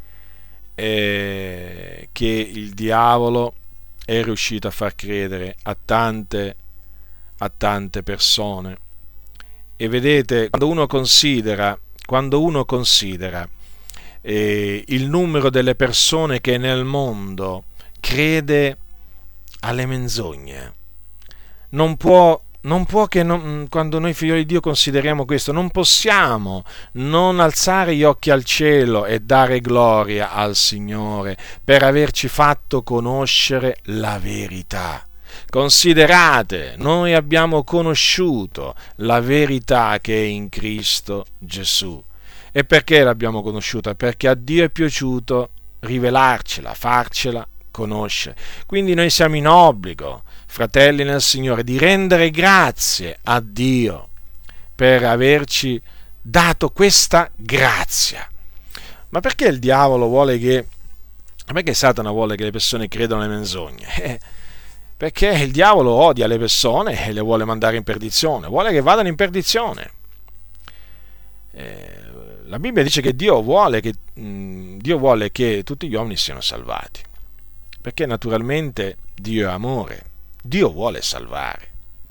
S1: eh, che il diavolo è riuscito a far credere a tante, a tante persone. E vedete, quando uno considera, quando uno considera eh, il numero delle persone che nel mondo crede alle menzogne. Non può, non può che non, quando noi figli di Dio consideriamo questo, non possiamo non alzare gli occhi al cielo e dare gloria al Signore per averci fatto conoscere la verità. Considerate, noi abbiamo conosciuto la verità che è in Cristo Gesù. E perché l'abbiamo conosciuta? Perché a Dio è piaciuto rivelarcela, farcela conoscere. Quindi noi siamo in obbligo, fratelli nel Signore, di rendere grazie a Dio per averci dato questa grazia. Ma perché il diavolo vuole che, perché Satana vuole che le persone credano alle menzogne? Eh, perché il diavolo odia le persone e le vuole mandare in perdizione, vuole che vadano in perdizione. Eh, la Bibbia dice che Dio vuole che, mh, Dio vuole che tutti gli uomini siano salvati, perché naturalmente Dio è amore, Dio vuole salvare,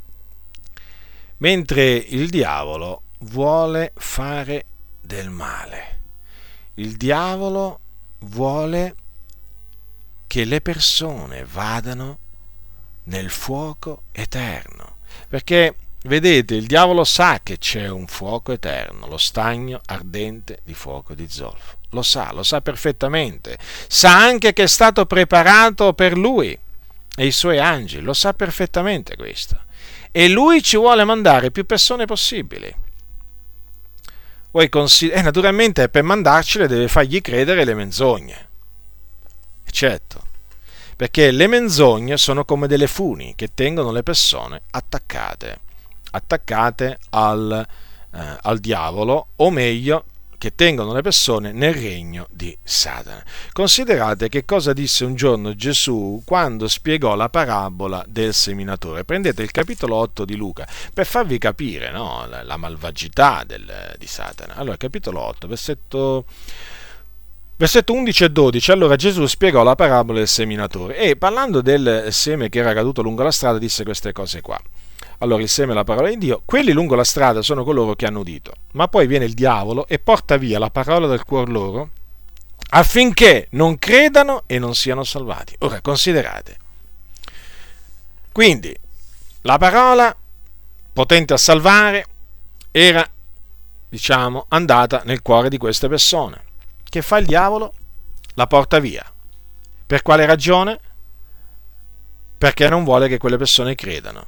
S1: mentre il diavolo vuole fare del male. Il diavolo vuole che le persone vadano nel fuoco eterno, perché vedete, il diavolo sa che c'è un fuoco eterno, lo stagno ardente di fuoco di zolfo. Lo sa, lo sa perfettamente. Sa anche che è stato preparato per lui e i suoi angeli. Lo sa perfettamente questo. E lui ci vuole mandare più persone possibili. Voi consider- eh, naturalmente per mandarcele deve fargli credere le menzogne. Certo. Perché le menzogne sono come delle funi che tengono le persone attaccate. attaccate al, eh, al diavolo, o meglio, che tengono le persone nel regno di Satana. Considerate che cosa disse un giorno Gesù quando spiegò la parabola del seminatore. Prendete il capitolo otto di Luca per farvi capire, no, la, la malvagità del, di Satana. Allora, capitolo otto, versetto... Versetto undici e dodici, allora Gesù spiegò la parabola del seminatore e parlando del seme che era caduto lungo la strada disse queste cose qua. Allora il seme è la parola di Dio, quelli lungo la strada sono coloro che hanno udito, ma poi viene il diavolo e porta via la parola del cuor loro affinché non credano e non siano salvati. Ora considerate, quindi la parola potente a salvare era, diciamo, andata nel cuore di queste persone. Che fa il diavolo? La porta via. Per quale ragione? Perché non vuole che quelle persone credano.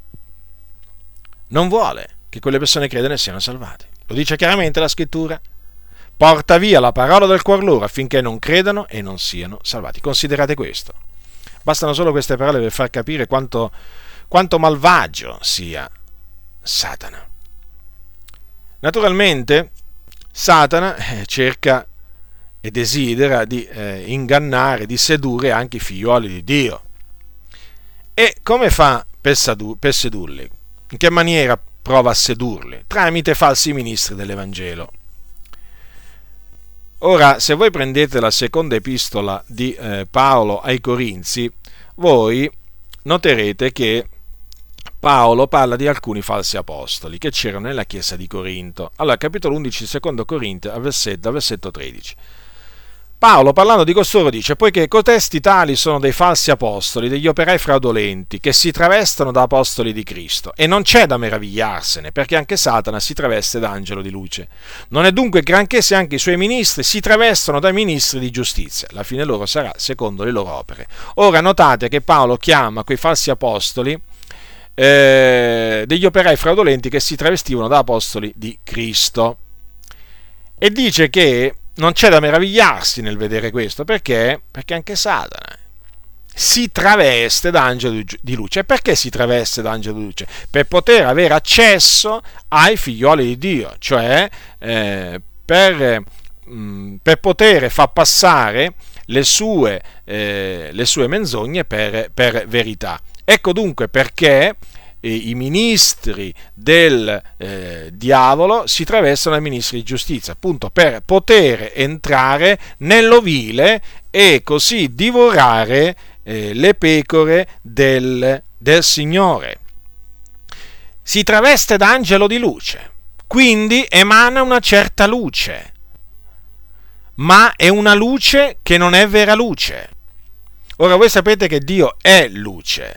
S1: Non vuole che quelle persone credano e siano salvate. Lo dice chiaramente la scrittura. Porta via la parola del cuor loro affinché non credano e non siano salvati. Considerate questo. Bastano solo queste parole per far capire quanto, quanto malvagio sia Satana. Naturalmente Satana cerca e desidera di eh, ingannare, di sedurre anche i figlioli di Dio. E come fa per, sadu- per sedurli? In che maniera prova a sedurli? Tramite falsi ministri dell'Evangelo. Ora, se voi prendete la seconda epistola di eh, Paolo ai Corinzi, voi noterete che Paolo parla di alcuni falsi apostoli che c'erano nella chiesa di Corinto. Allora, capitolo undici, secondo Corinti, al versetto, al versetto tredici. Paolo, parlando di costoro, dice: poiché cotesti tali sono dei falsi apostoli, degli operai fraudolenti, che si travestono da apostoli di Cristo, e non c'è da meravigliarsene, perché anche Satana si traveste da angelo di luce. Non è dunque granché se anche i suoi ministri si travestono da ministri di giustizia. La fine loro sarà secondo le loro opere. Ora notate che Paolo chiama quei falsi apostoli eh, degli operai fraudolenti che si travestivano da apostoli di Cristo. E dice che non c'è da meravigliarsi nel vedere questo, perché? Perché anche Satana si traveste da angelo di luce. E perché si traveste da angelo di luce? Per poter avere accesso ai figlioli di Dio, cioè eh, per, mh, per poter far passare le sue, eh, le sue menzogne per, per verità. Ecco dunque perché i ministri del eh, diavolo si travestono ai ministri di giustizia, appunto per poter entrare nell'ovile e così divorare eh, le pecore del, del Signore. Si traveste da angelo di luce, quindi emana una certa luce. ma è una luce che non è vera luce. Ora voi sapete che Dio è luce,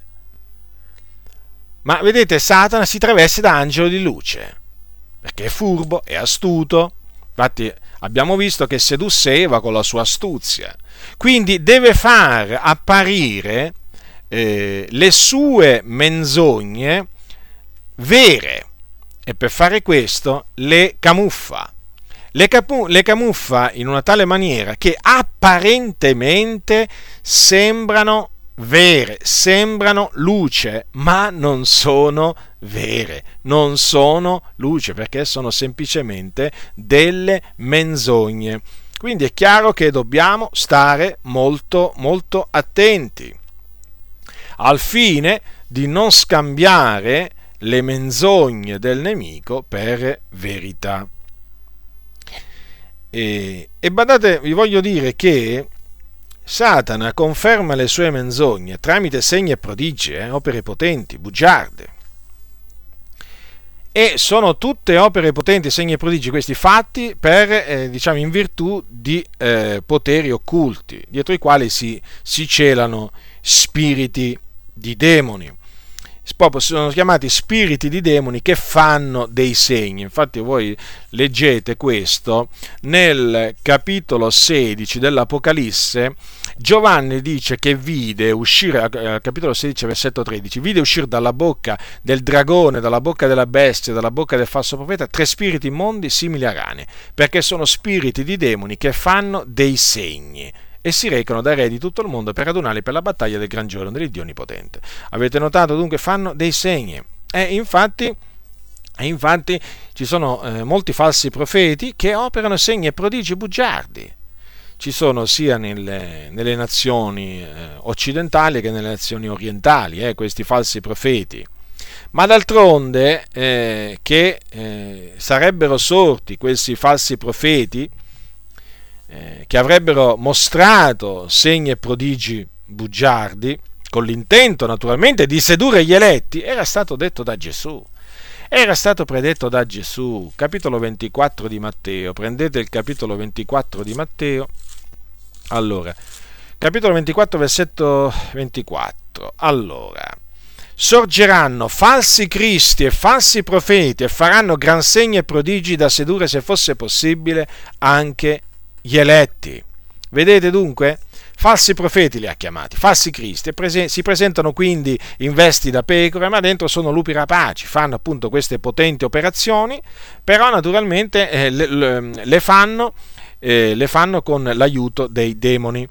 S1: ma vedete, Satana si traveste da angelo di luce, perché è furbo, è astuto. Infatti abbiamo visto che sedusse Eva con la sua astuzia. Quindi deve far apparire eh, le sue menzogne vere, e per fare questo le camuffa. Le, capu- le camuffa in una tale maniera che apparentemente sembrano vere, sembrano luce, ma non sono vere, non sono luce, perché sono semplicemente delle menzogne. Quindi è chiaro che dobbiamo stare molto molto attenti al fine di non scambiare le menzogne del nemico per verità. E, e badate, vi voglio dire che Satana conferma le sue menzogne tramite segni e prodigi, eh, opere potenti, bugiarde. E sono tutte opere potenti, segni e prodigi, questi fatti per, eh, diciamo, in virtù di eh, poteri occulti, dietro i quali si, si celano spiriti di demoni. Proprio sono chiamati spiriti di demoni che fanno dei segni. Infatti voi leggete questo nel capitolo sedici dell'Apocalisse. Giovanni dice che vide uscire, al capitolo sedici versetto tredici, vide uscire dalla bocca del dragone, dalla bocca della bestia, dalla bocca del falso profeta, tre spiriti immondi simili a rane, perché sono spiriti di demoni che fanno dei segni e si recano dai re di tutto il mondo per radunarli per la battaglia del gran giorno dell'Iddio Onnipotente. Avete notato dunque? Fanno dei segni. E infatti, e infatti ci sono eh, molti falsi profeti che operano segni e prodigi bugiardi. Ci sono sia nelle, nelle nazioni eh, occidentali che nelle nazioni orientali, eh, questi falsi profeti. Ma d'altronde eh, che eh, sarebbero sorti questi falsi profeti, Eh, che avrebbero mostrato segni e prodigi bugiardi, con l'intento naturalmente di sedurre gli eletti, era stato detto da Gesù. Era stato predetto da Gesù. Capitolo ventiquattro di Matteo. Prendete il capitolo ventiquattro di Matteo. Allora, capitolo ventiquattro, versetto ventiquattro. Allora, sorgeranno falsi cristi e falsi profeti e faranno gran segni e prodigi da sedurre, se fosse possibile, anche gli eletti. Vedete dunque? Falsi profeti li ha chiamati, falsi cristi, prese- si presentano quindi in vesti da pecore, ma dentro sono lupi rapaci, fanno appunto queste potenti operazioni, però naturalmente eh, le, le, fanno, eh, le fanno con l'aiuto dei demoni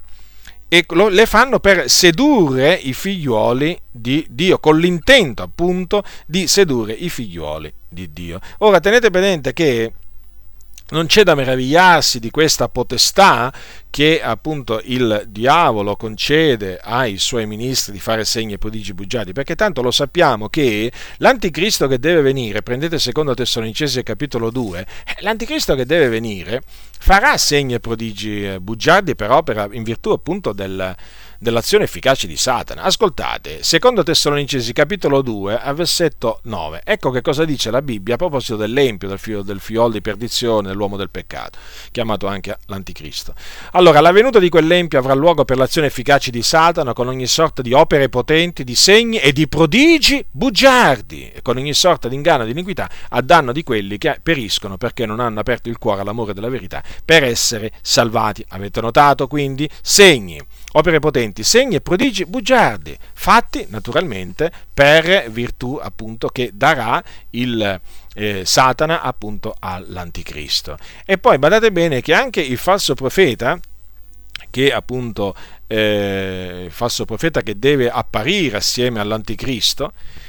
S1: e lo, le fanno per sedurre i figliuoli di Dio, con l'intento appunto di sedurre i figliuoli di Dio. Ora tenete presente che non c'è da meravigliarsi di questa potestà che appunto il diavolo concede ai suoi ministri di fare segni e prodigi bugiardi, perché tanto lo sappiamo che l'anticristo che deve venire, prendete secondo Tessalonicesi capitolo due, l'anticristo che deve venire farà segni e prodigi bugiardi per opera in virtù appunto del dell'azione efficace di Satana. Ascoltate, secondo Tessalonicesi capitolo due, a versetto nove, ecco che cosa dice la Bibbia a proposito dell'empio, del figlio del figliolo di perdizione, dell'uomo del peccato, chiamato anche l'anticristo. Allora, la venuta di quell'empio avrà luogo per l'azione efficace di Satana, con ogni sorta di opere potenti, di segni e di prodigi bugiardi, e con ogni sorta di inganno e di iniquità a danno di quelli che periscono perché non hanno aperto il cuore all'amore della verità per essere salvati. Avete notato quindi? Segni, opere potenti, segni e prodigi bugiardi, fatti naturalmente per virtù appunto che darà il eh, Satana appunto all'anticristo. E poi badate bene che anche il falso profeta, che appunto eh, il falso profeta che deve apparire assieme all'anticristo,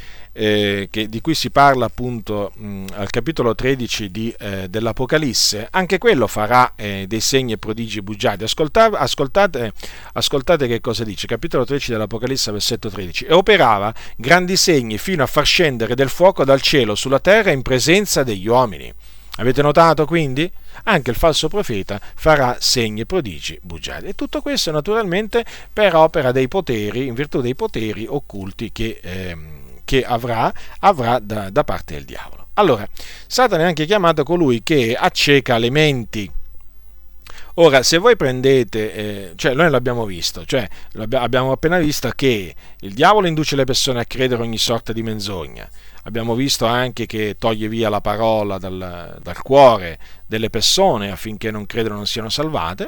S1: Eh, che, di cui si parla appunto mh, al capitolo tredici di, eh, dell'Apocalisse, anche quello farà eh, dei segni e prodigi bugiardi. Ascoltate, ascoltate, ascoltate che cosa dice, capitolo tredici dell'Apocalisse, versetto tredici. E operava grandi segni fino a far scendere del fuoco dal cielo sulla terra in presenza degli uomini. Avete notato quindi? Anche il falso profeta farà segni e prodigi bugiardi. E tutto questo naturalmente per opera dei poteri, in virtù dei poteri occulti che ehm, che avrà, avrà da, da parte del diavolo. Allora, Satana è anche chiamato colui che acceca le menti Ora, se voi prendete, eh, cioè noi l'abbiamo visto, cioè abbiamo appena visto che il diavolo induce le persone a credere ogni sorta di menzogna. Abbiamo visto anche che toglie via la parola dal, dal cuore delle persone affinché non credano non siano salvate.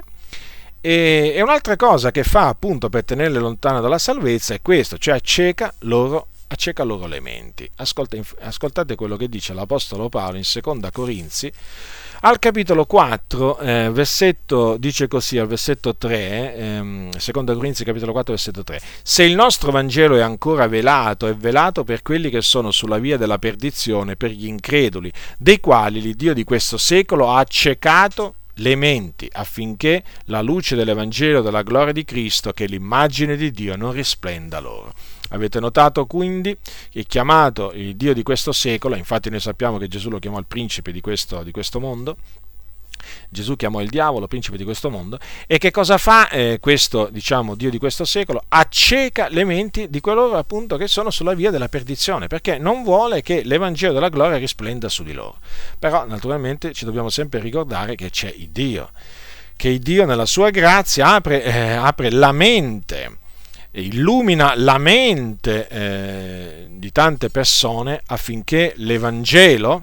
S1: E, e un'altra cosa che fa appunto per tenerle lontane dalla salvezza è questo, cioè acceca loro, acceca loro le menti. Ascolta, ascoltate quello che dice l'Apostolo Paolo in seconda Corinzi, al capitolo quattro, eh, versetto, dice così, al versetto tre, ehm, seconda Corinzi capitolo quattro, versetto tre: se il nostro Vangelo è ancora velato, è velato per quelli che sono sulla via della perdizione, per gli increduli, dei quali l'Iddio di questo secolo ha accecato le menti, affinché la luce dell'Evangelo della gloria di Cristo, che è l'immagine di Dio, non risplenda loro. Avete notato quindi che è chiamato il Dio di questo secolo, infatti noi sappiamo che Gesù lo chiamò il principe di questo, di questo mondo, Gesù chiamò il diavolo principe di questo mondo, e che cosa fa eh, questo, diciamo, Dio di questo secolo? Acceca le menti di coloro appunto che sono sulla via della perdizione, perché non vuole che l'Evangelo della gloria risplenda su di loro. Però naturalmente ci dobbiamo sempre ricordare che c'è il Dio, che il Dio nella sua grazia apre, eh, apre la mente, illumina la mente eh, di tante persone affinché l'Evangelo,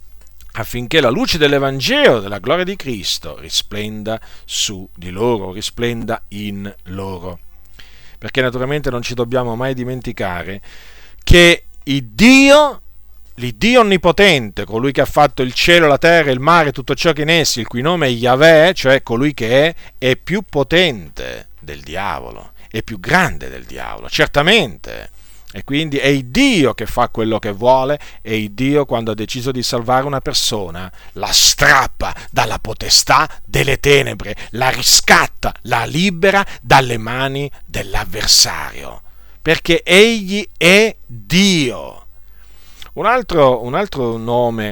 S1: affinché la luce dell'Evangelo della gloria di Cristo risplenda su di loro, risplenda in loro. Perché naturalmente non ci dobbiamo mai dimenticare che il Dio, l'Iddio onnipotente, colui che ha fatto il cielo, la terra, il mare, tutto ciò che in essi, il cui nome è Yahweh, cioè colui che è, è più potente del diavolo, è più grande del diavolo, certamente. E quindi è il Dio che fa quello che vuole, e il Dio, quando ha deciso di salvare una persona, la strappa dalla potestà delle tenebre, la riscatta, la libera dalle mani dell'avversario, perché egli è Dio. Un altro, un altro nome,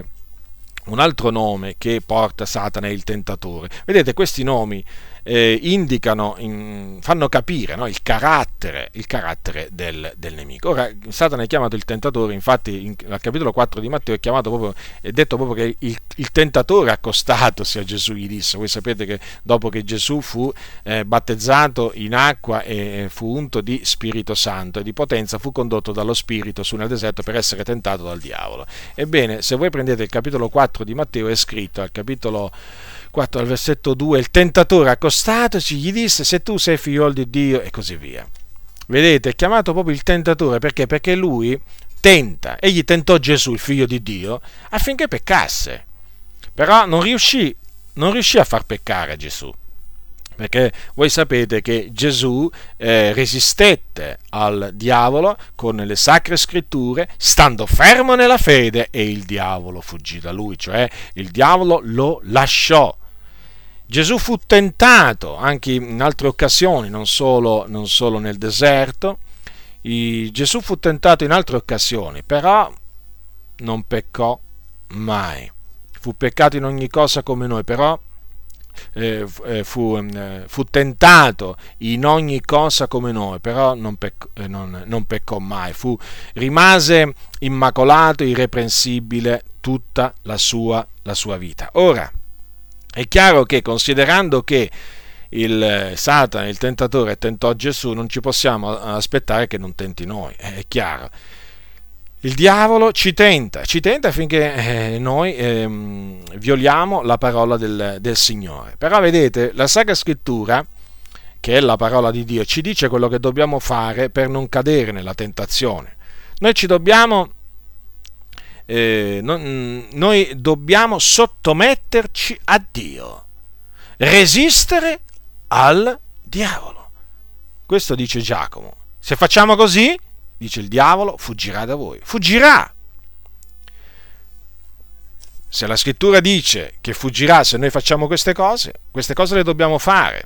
S1: un altro nome che porta Satana è il tentatore. Vedete, questi nomi Eh, indicano, in, fanno capire, no, il carattere, il carattere del, del nemico. Ora, Satana è chiamato il tentatore, infatti in, al capitolo quattro di Matteo è chiamato proprio, è detto proprio che il, il tentatore accostatosi a Gesù gli disse. Voi sapete che dopo che Gesù fu eh, battezzato in acqua e fu unto di Spirito Santo e di potenza, fu condotto dallo Spirito su nel deserto per essere tentato dal diavolo. Ebbene, se voi prendete il capitolo quattro di Matteo, è scritto al capitolo quattro, al versetto due: il tentatore accostatosi gli disse: se tu sei figliolo di Dio, e così via. Vedete, è chiamato proprio il tentatore perché? Perché lui tenta, egli tentò Gesù, il figlio di Dio, affinché peccasse, però non riuscì, non riuscì a far peccare Gesù, perché voi sapete che Gesù eh, resistette al diavolo con le sacre scritture, stando fermo nella fede, e il diavolo fuggì da lui, cioè il diavolo lo lasciò. Gesù fu tentato anche in altre occasioni, non solo, non solo nel deserto. I, Gesù fu tentato in altre occasioni, però non peccò mai. Fu peccato in ogni cosa come noi, però eh, fu, eh, fu tentato in ogni cosa come noi, però non peccò, eh, non, non peccò mai. Fu, rimase immacolato, irreprensibile tutta la sua, la sua vita. Ora, è chiaro che, considerando che il Satana, il tentatore, tentò Gesù, non ci possiamo aspettare che non tenti noi, è chiaro. Il diavolo ci tenta, ci tenta affinché eh, noi eh, violiamo la parola del, del Signore. Però vedete, la Sacra Scrittura, che è la parola di Dio, ci dice quello che dobbiamo fare per non cadere nella tentazione. Noi ci dobbiamo Eh, non, noi dobbiamo sottometterci a Dio, resistere al diavolo. Questo dice Giacomo. Se facciamo così, dice, il diavolo fuggirà da voi, fuggirà. Se la scrittura dice che fuggirà se noi facciamo queste cose, queste cose le dobbiamo fare.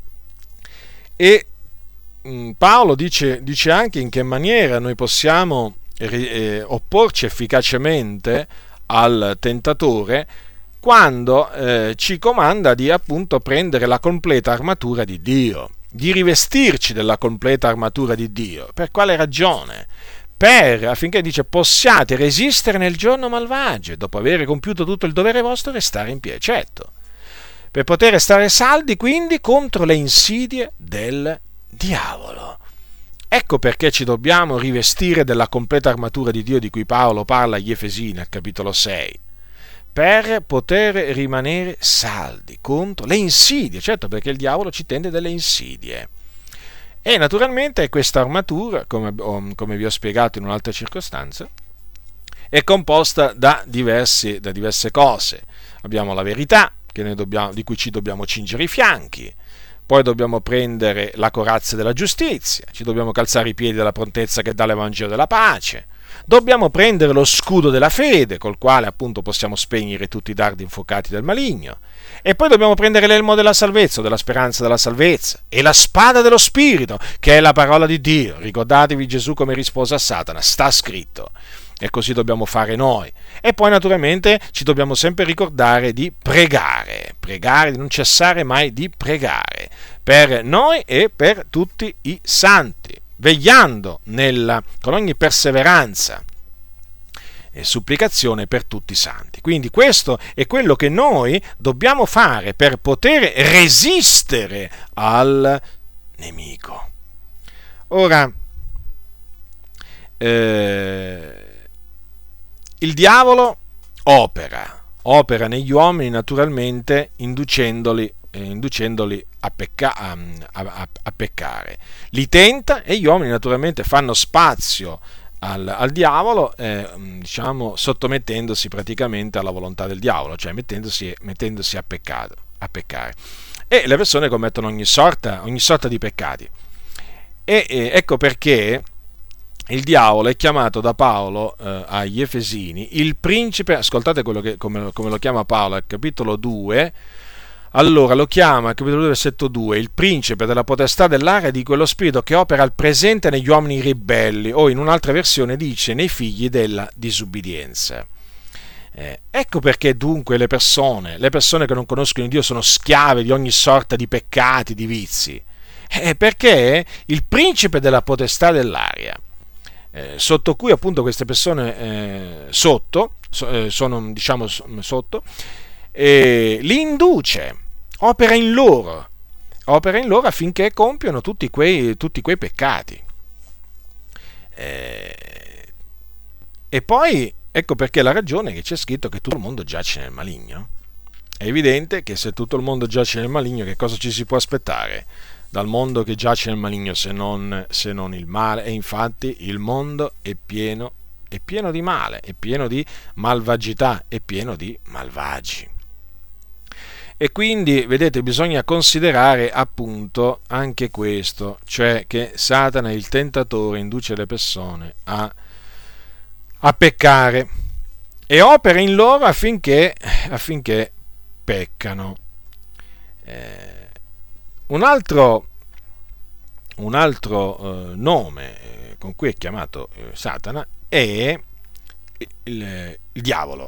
S1: E mh, Paolo dice, dice anche in che maniera noi possiamo Eh, opporci efficacemente al tentatore, quando eh, ci comanda di appunto prendere la completa armatura di Dio, di rivestirci della completa armatura di Dio. Per quale ragione? Per, affinché, dice, possiate resistere nel giorno malvagio, e dopo aver compiuto tutto il dovere vostro restare in piedi. Certo, per poter stare saldi quindi contro le insidie del diavolo. Ecco perché ci dobbiamo rivestire della completa armatura di Dio di cui Paolo parla agli Efesini al capitolo sei, per poter rimanere saldi contro le insidie, certo, perché il diavolo ci tende delle insidie. E naturalmente questa armatura, come, come vi ho spiegato in un'altra circostanza, è composta da, diversi, da diverse cose. Abbiamo la verità, che noi dobbiamo, di cui ci dobbiamo cingere i fianchi, poi dobbiamo prendere la corazza della giustizia, ci dobbiamo calzare i piedi della prontezza che dà l'Evangelo della pace, dobbiamo prendere lo scudo della fede, col quale appunto possiamo spegnere tutti i dardi infuocati del maligno, e poi dobbiamo prendere l'elmo della salvezza, della speranza della salvezza, e la spada dello Spirito, che è la parola di Dio. Ricordatevi Gesù come rispose a Satana, sta scritto. E così dobbiamo fare noi. E poi naturalmente ci dobbiamo sempre ricordare di pregare, pregare, di non cessare mai di pregare, per noi e per tutti i santi, vegliando nella, con ogni perseveranza e supplicazione per tutti i santi. Quindi questo è quello che noi dobbiamo fare per poter resistere al nemico. Ora, eh, il diavolo opera, opera negli uomini naturalmente inducendoli, eh, inducendoli a, pecca- a, a, a peccare. Li tenta e gli uomini naturalmente fanno spazio al, al diavolo, eh, diciamo sottomettendosi praticamente alla volontà del diavolo, cioè mettendosi, mettendosi a, peccato, a peccare. E le persone commettono ogni sorta, ogni sorta di peccati. E eh, ecco perché il diavolo è chiamato da Paolo eh, agli Efesini il principe, ascoltate quello che, come, come lo chiama Paolo al capitolo due, allora lo chiama al capitolo due versetto due, il principe della potestà dell'aria, di quello spirito che opera al presente negli uomini ribelli, o in un'altra versione dice nei figli della disubbidienza. Eh, ecco perché dunque le persone, le persone che non conoscono Dio sono schiave di ogni sorta di peccati, di vizi, eh, perché il principe della potestà dell'aria, Eh, sotto cui appunto queste persone eh, sotto so, eh, sono diciamo sotto eh, li induce, opera in loro opera in loro affinché compiono tutti quei, tutti quei peccati, eh, e poi ecco perché la ragione che c'è scritto che tutto il mondo giace nel maligno. È evidente che se tutto il mondo giace nel maligno, che cosa ci si può aspettare dal mondo che giace nel maligno se non, se non il male? E infatti il mondo è pieno, è pieno di male, è pieno di malvagità, è pieno di malvagi. E quindi, vedete, bisogna considerare appunto anche questo, cioè che Satana, il tentatore, induce le persone a, a peccare e opera in loro affinché, affinché peccano. Eh, Un altro, un altro eh, nome eh, con cui è chiamato eh, Satana è il, il diavolo.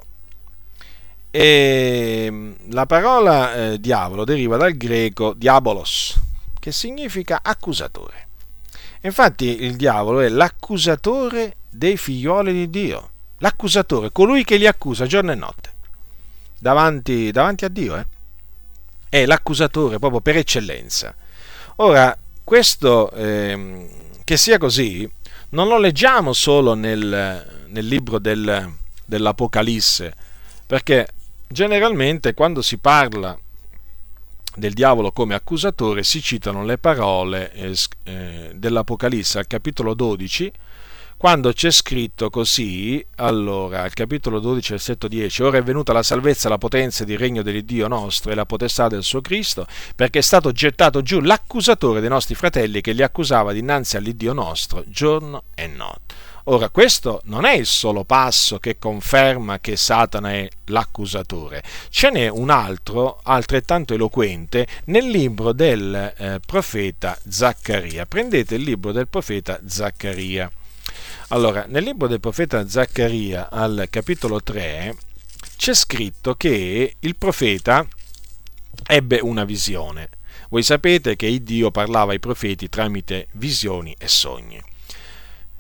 S1: E la parola eh, diavolo deriva dal greco diabolos, che significa accusatore. Infatti il diavolo è l'accusatore dei figlioli di Dio, l'accusatore, colui che li accusa giorno e notte davanti, davanti a Dio, eh? È l'accusatore proprio per eccellenza. Ora, questo eh, che sia così non lo leggiamo solo nel, nel libro del, dell'Apocalisse, perché generalmente quando si parla del diavolo come accusatore si citano le parole eh, eh, dell'Apocalisse al capitolo dodici, quando c'è scritto così, allora, al capitolo dodici, versetto dieci, ora è venuta la salvezza, la potenza ed il regno dell'Iddio nostro e la potestà del suo Cristo, perché è stato gettato giù l'accusatore dei nostri fratelli che li accusava dinanzi all'Iddio nostro giorno e notte. Ora, questo non è il solo passo che conferma che Satana è l'accusatore, ce n'è un altro altrettanto eloquente nel libro del eh, profeta Zaccaria. Prendete il libro del profeta Zaccaria. Allora, nel libro del profeta Zaccaria, al capitolo tre, c'è scritto che il profeta ebbe una visione. Voi sapete che Dio parlava ai profeti tramite visioni e sogni.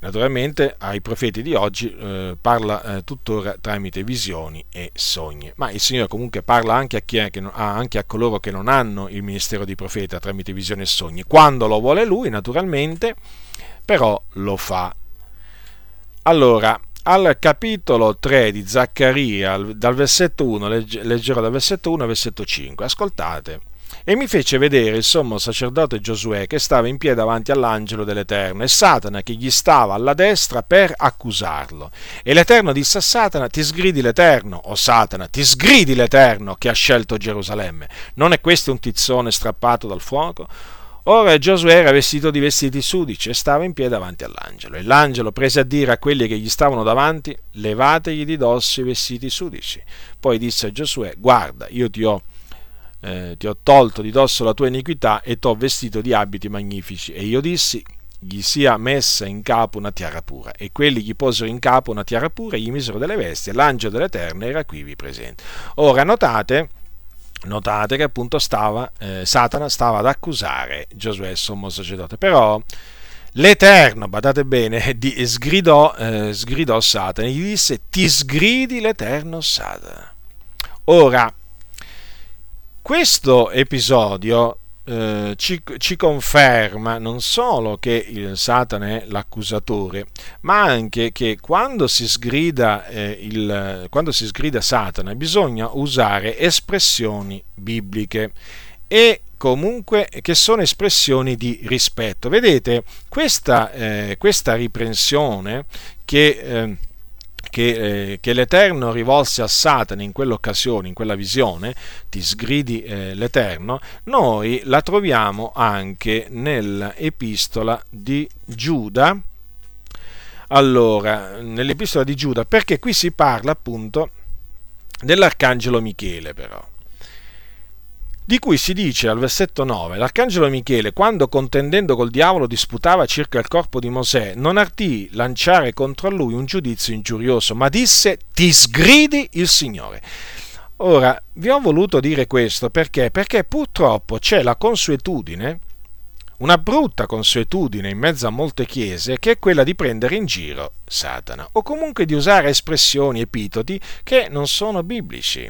S1: naturalmente ai profeti di oggi eh, parla eh, tuttora tramite visioni e sogni, ma il Signore comunque parla anche a, chi è, che non, anche a coloro che non hanno il ministero di profeta tramite visioni e sogni, quando lo vuole Lui naturalmente, però lo fa. Allora, al capitolo tre di Zaccaria, dal versetto uno, leggerò dal versetto uno al versetto cinque, ascoltate. E mi fece vedere il sommo sacerdote Giosuè che stava in piedi davanti all'angelo dell'Eterno e Satana che gli stava alla destra per accusarlo. E l'Eterno disse a Satana: ti sgridi l'Eterno, o Satana, ti sgridi l'Eterno che ha scelto Gerusalemme. Non è questo un tizzone strappato dal fuoco? Ora Giosuè era vestito di vestiti sudici e stava in piedi davanti all'angelo. E l'angelo prese a dire a quelli che gli stavano davanti: levategli di dosso i vestiti sudici. Poi disse a Giosuè: guarda, io ti ho Eh, ti ho tolto di dosso la tua iniquità e t'ho vestito di abiti magnifici. E io dissi: gli sia messa in capo una tiara pura. E quelli gli posero in capo una tiara pura e gli misero delle vesti, e l'angelo dell'Eterno era quivi presente. Ora notate, notate che appunto stava, eh, Satana stava ad accusare Giosuè, sommo sacerdote, però l'Eterno, badate bene, di, sgridò, eh, sgridò Satana e gli disse: ti sgridi l'Eterno, Satana. Ora, questo episodio eh, ci, ci conferma non solo che il Satana è l'accusatore, ma anche che quando si sgrida, eh, il, quando si sgrida Satana bisogna usare espressioni bibliche e comunque che sono espressioni di rispetto. Vedete, questa, eh, questa riprensione che... Eh, Che, eh, che l'Eterno rivolse a Satana in quell'occasione, in quella visione, ti sgridi eh, l'Eterno, noi la troviamo anche nell'epistola di Giuda. Allora, nell'epistola di Giuda, perché qui si parla appunto dell'arcangelo Michele, però, di cui si dice al versetto nove: l'arcangelo Michele, quando contendendo col diavolo disputava circa il corpo di Mosè, non ardì lanciare contro lui un giudizio ingiurioso, ma disse: ti sgridi il Signore. Ora, vi ho voluto dire questo perché? Perché purtroppo c'è la consuetudine, una brutta consuetudine in mezzo a molte chiese, che è quella di prendere in giro Satana, o comunque di usare espressioni, epitodi che non sono biblici,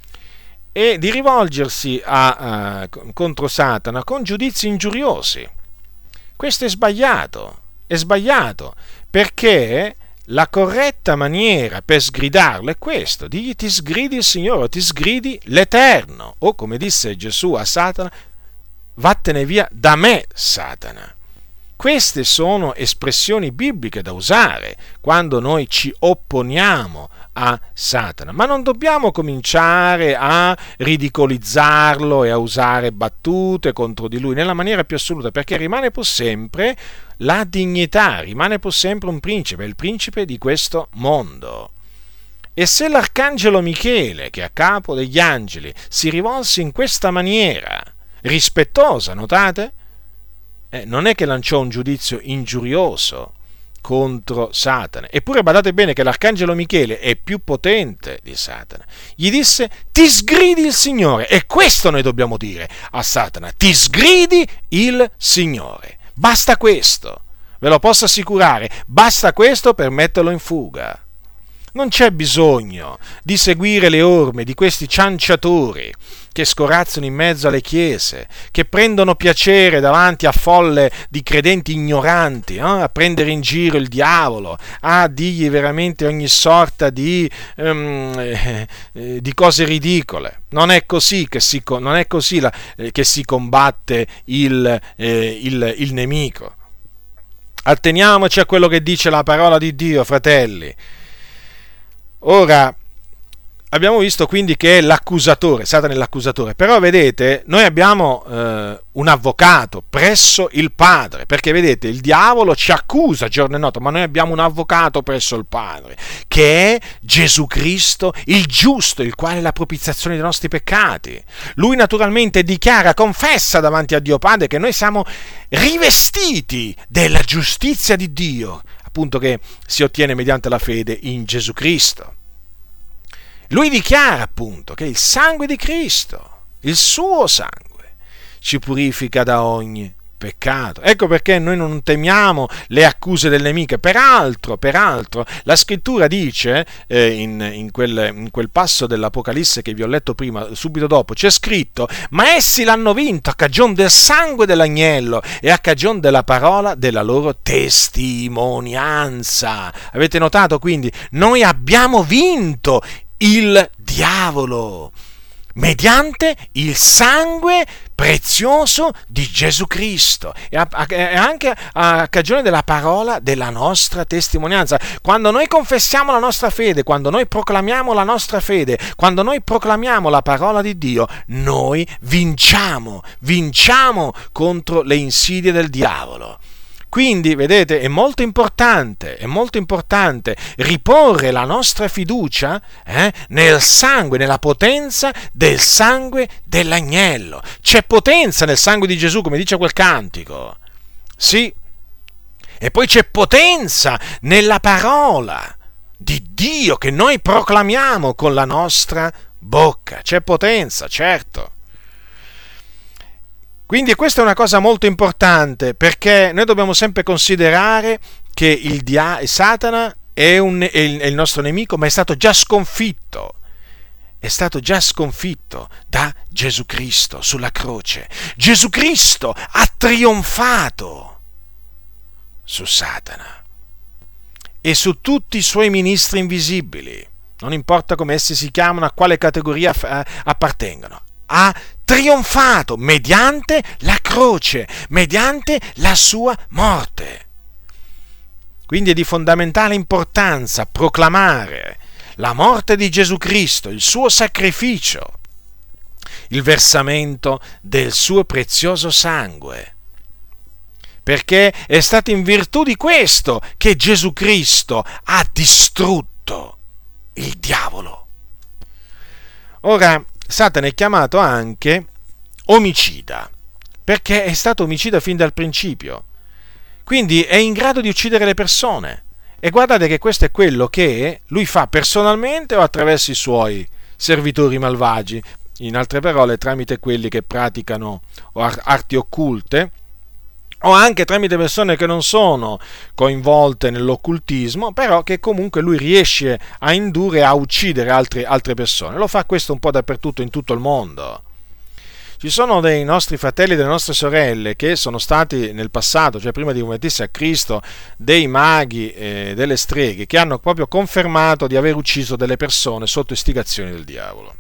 S1: e di rivolgersi a, uh, contro Satana con giudizi ingiuriosi. Questo è sbagliato, è sbagliato, perché la corretta maniera per sgridarlo è questo: digli: ti sgridi il Signore, o ti sgridi l'Eterno, o come disse Gesù a Satana: vattene via da me, Satana. Queste sono espressioni bibliche da usare quando noi ci opponiamo a Satana, ma non dobbiamo cominciare a ridicolizzarlo e a usare battute contro di lui nella maniera più assoluta, perché rimane pur sempre la dignità, rimane pur sempre un principe, il principe di questo mondo. E se l'arcangelo Michele, che è a capo degli angeli, si rivolse in questa maniera rispettosa, notate? Eh, non è che lanciò un giudizio ingiurioso contro Satana. Eppure badate bene che l'arcangelo Michele è più potente di Satana. Gli disse: ti sgridi il Signore. E questo noi dobbiamo dire a Satana: ti sgridi il Signore. Basta questo, ve lo posso assicurare, basta questo per metterlo in fuga. Non c'è bisogno di seguire le orme di questi cianciatori che scorazzano in mezzo alle chiese, che prendono piacere davanti a folle di credenti ignoranti, eh? a prendere in giro il diavolo, a dirgli veramente ogni sorta di, um, eh, eh, di cose ridicole. Non è così che si, non è così la, eh, che si combatte il, eh, il, il nemico. Atteniamoci a quello che dice la parola di Dio, fratelli. Ora, abbiamo visto quindi che è l'accusatore, Satana è l'accusatore, però vedete, noi abbiamo eh, un avvocato presso il Padre, perché vedete, il diavolo ci accusa giorno e notte, ma noi abbiamo un avvocato presso il Padre, che è Gesù Cristo, il giusto, il quale è la propiziazione dei nostri peccati. Lui naturalmente dichiara, confessa davanti a Dio Padre che noi siamo rivestiti della giustizia di Dio, appunto, che si ottiene mediante la fede in Gesù Cristo. Lui dichiara appunto che il sangue di Cristo, il suo sangue, ci purifica da ogni peccato. Ecco perché noi non temiamo le accuse del nemico. Peraltro, peraltro la scrittura dice, eh, in, in, quel, in quel passo dell'Apocalisse che vi ho letto prima, subito dopo, c'è scritto: ma essi l'hanno vinto a cagion del sangue dell'agnello e a cagion della parola della loro testimonianza. Avete notato? Quindi noi abbiamo vinto il diavolo mediante il sangue prezioso di Gesù Cristo e anche a cagione della parola della nostra testimonianza. Quando noi confessiamo la nostra fede, quando noi proclamiamo la nostra fede, quando noi proclamiamo la parola di Dio, noi vinciamo, vinciamo contro le insidie del diavolo. Quindi, vedete, è molto importante, è molto importante riporre la nostra fiducia eh, nel sangue, nella potenza del sangue dell'agnello. C'è potenza nel sangue di Gesù, come dice quel cantico. Sì. E poi c'è potenza nella parola di Dio che noi proclamiamo con la nostra bocca. C'è potenza, certo. Quindi questa è una cosa molto importante, perché noi dobbiamo sempre considerare che il dia- Satana è, un, è il nostro nemico, ma è stato già sconfitto. È stato già sconfitto da Gesù Cristo sulla croce. Gesù Cristo ha trionfato su Satana e su tutti i suoi ministri invisibili. Non importa come essi si chiamano, a quale categoria appartengono. Ha trionfato mediante la croce, mediante la sua morte. Quindi è di fondamentale importanza proclamare la morte di Gesù Cristo, il suo sacrificio, il versamento del suo prezioso sangue, perché è stato in virtù di questo che Gesù Cristo ha distrutto il diavolo. Ora, Satana è chiamato anche omicida, perché è stato omicida fin dal principio, quindi è in grado di uccidere le persone. E guardate che questo è quello che lui fa personalmente o attraverso i suoi servitori malvagi, in altre parole tramite quelli che praticano arti occulte, o anche tramite persone che non sono coinvolte nell'occultismo, però che comunque lui riesce a indurre a uccidere altre, altre persone. Lo fa questo un po' dappertutto, in tutto il mondo. Ci sono dei nostri fratelli e delle nostre sorelle che sono stati nel passato, cioè prima di convertirsi a Cristo, dei maghi e delle streghe, che hanno proprio confermato di aver ucciso delle persone sotto istigazione del diavolo.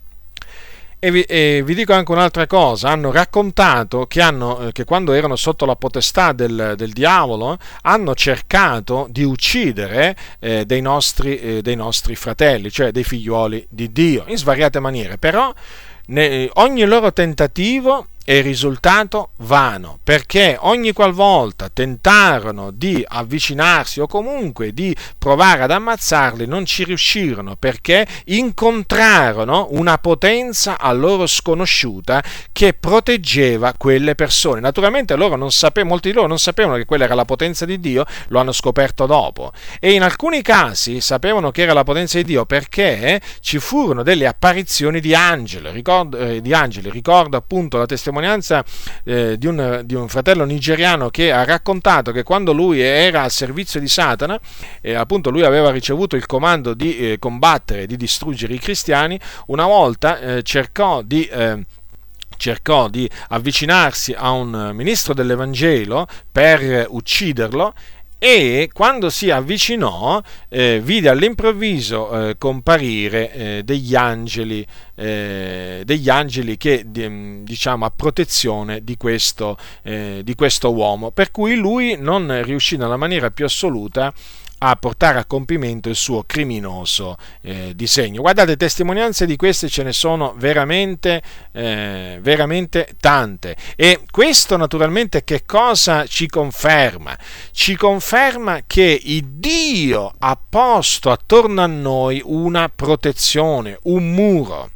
S1: E vi, e vi dico anche un'altra cosa: hanno raccontato che, hanno, che quando erano sotto la potestà del, del diavolo hanno cercato di uccidere eh, dei, nostri, eh, dei nostri fratelli, cioè dei figliuoli di Dio, in svariate maniere, però ne, ogni loro tentativo è risultato vano, perché ogni qualvolta tentarono di avvicinarsi o comunque di provare ad ammazzarli non ci riuscirono, perché incontrarono una potenza a loro sconosciuta che proteggeva quelle persone. Naturalmente loro non sape- molti di loro non sapevano che quella era la potenza di Dio, lo hanno scoperto dopo, e in alcuni casi sapevano che era la potenza di Dio perché ci furono delle apparizioni di angeli. Ricordo, eh, di angeli. Ricordo appunto la testimonianza Eh, di, un, di un fratello nigeriano che ha raccontato che quando lui era al servizio di Satana, e appunto lui aveva ricevuto il comando di eh, combattere, di distruggere i cristiani, una volta eh, cercò di eh, cercò di avvicinarsi a un ministro dell'Evangelo per ucciderlo, e quando si avvicinò eh, vide all'improvviso eh, comparire eh, degli angeli eh, degli angeli che diciamo a protezione di questo, eh, di questo uomo, per cui lui non riuscì nella maniera più assoluta a portare a compimento il suo criminoso eh, disegno. Guardate, testimonianze di queste ce ne sono veramente, eh, veramente tante, e questo naturalmente che cosa ci conferma? Ci conferma che il Dio ha posto attorno a noi una protezione, un muro,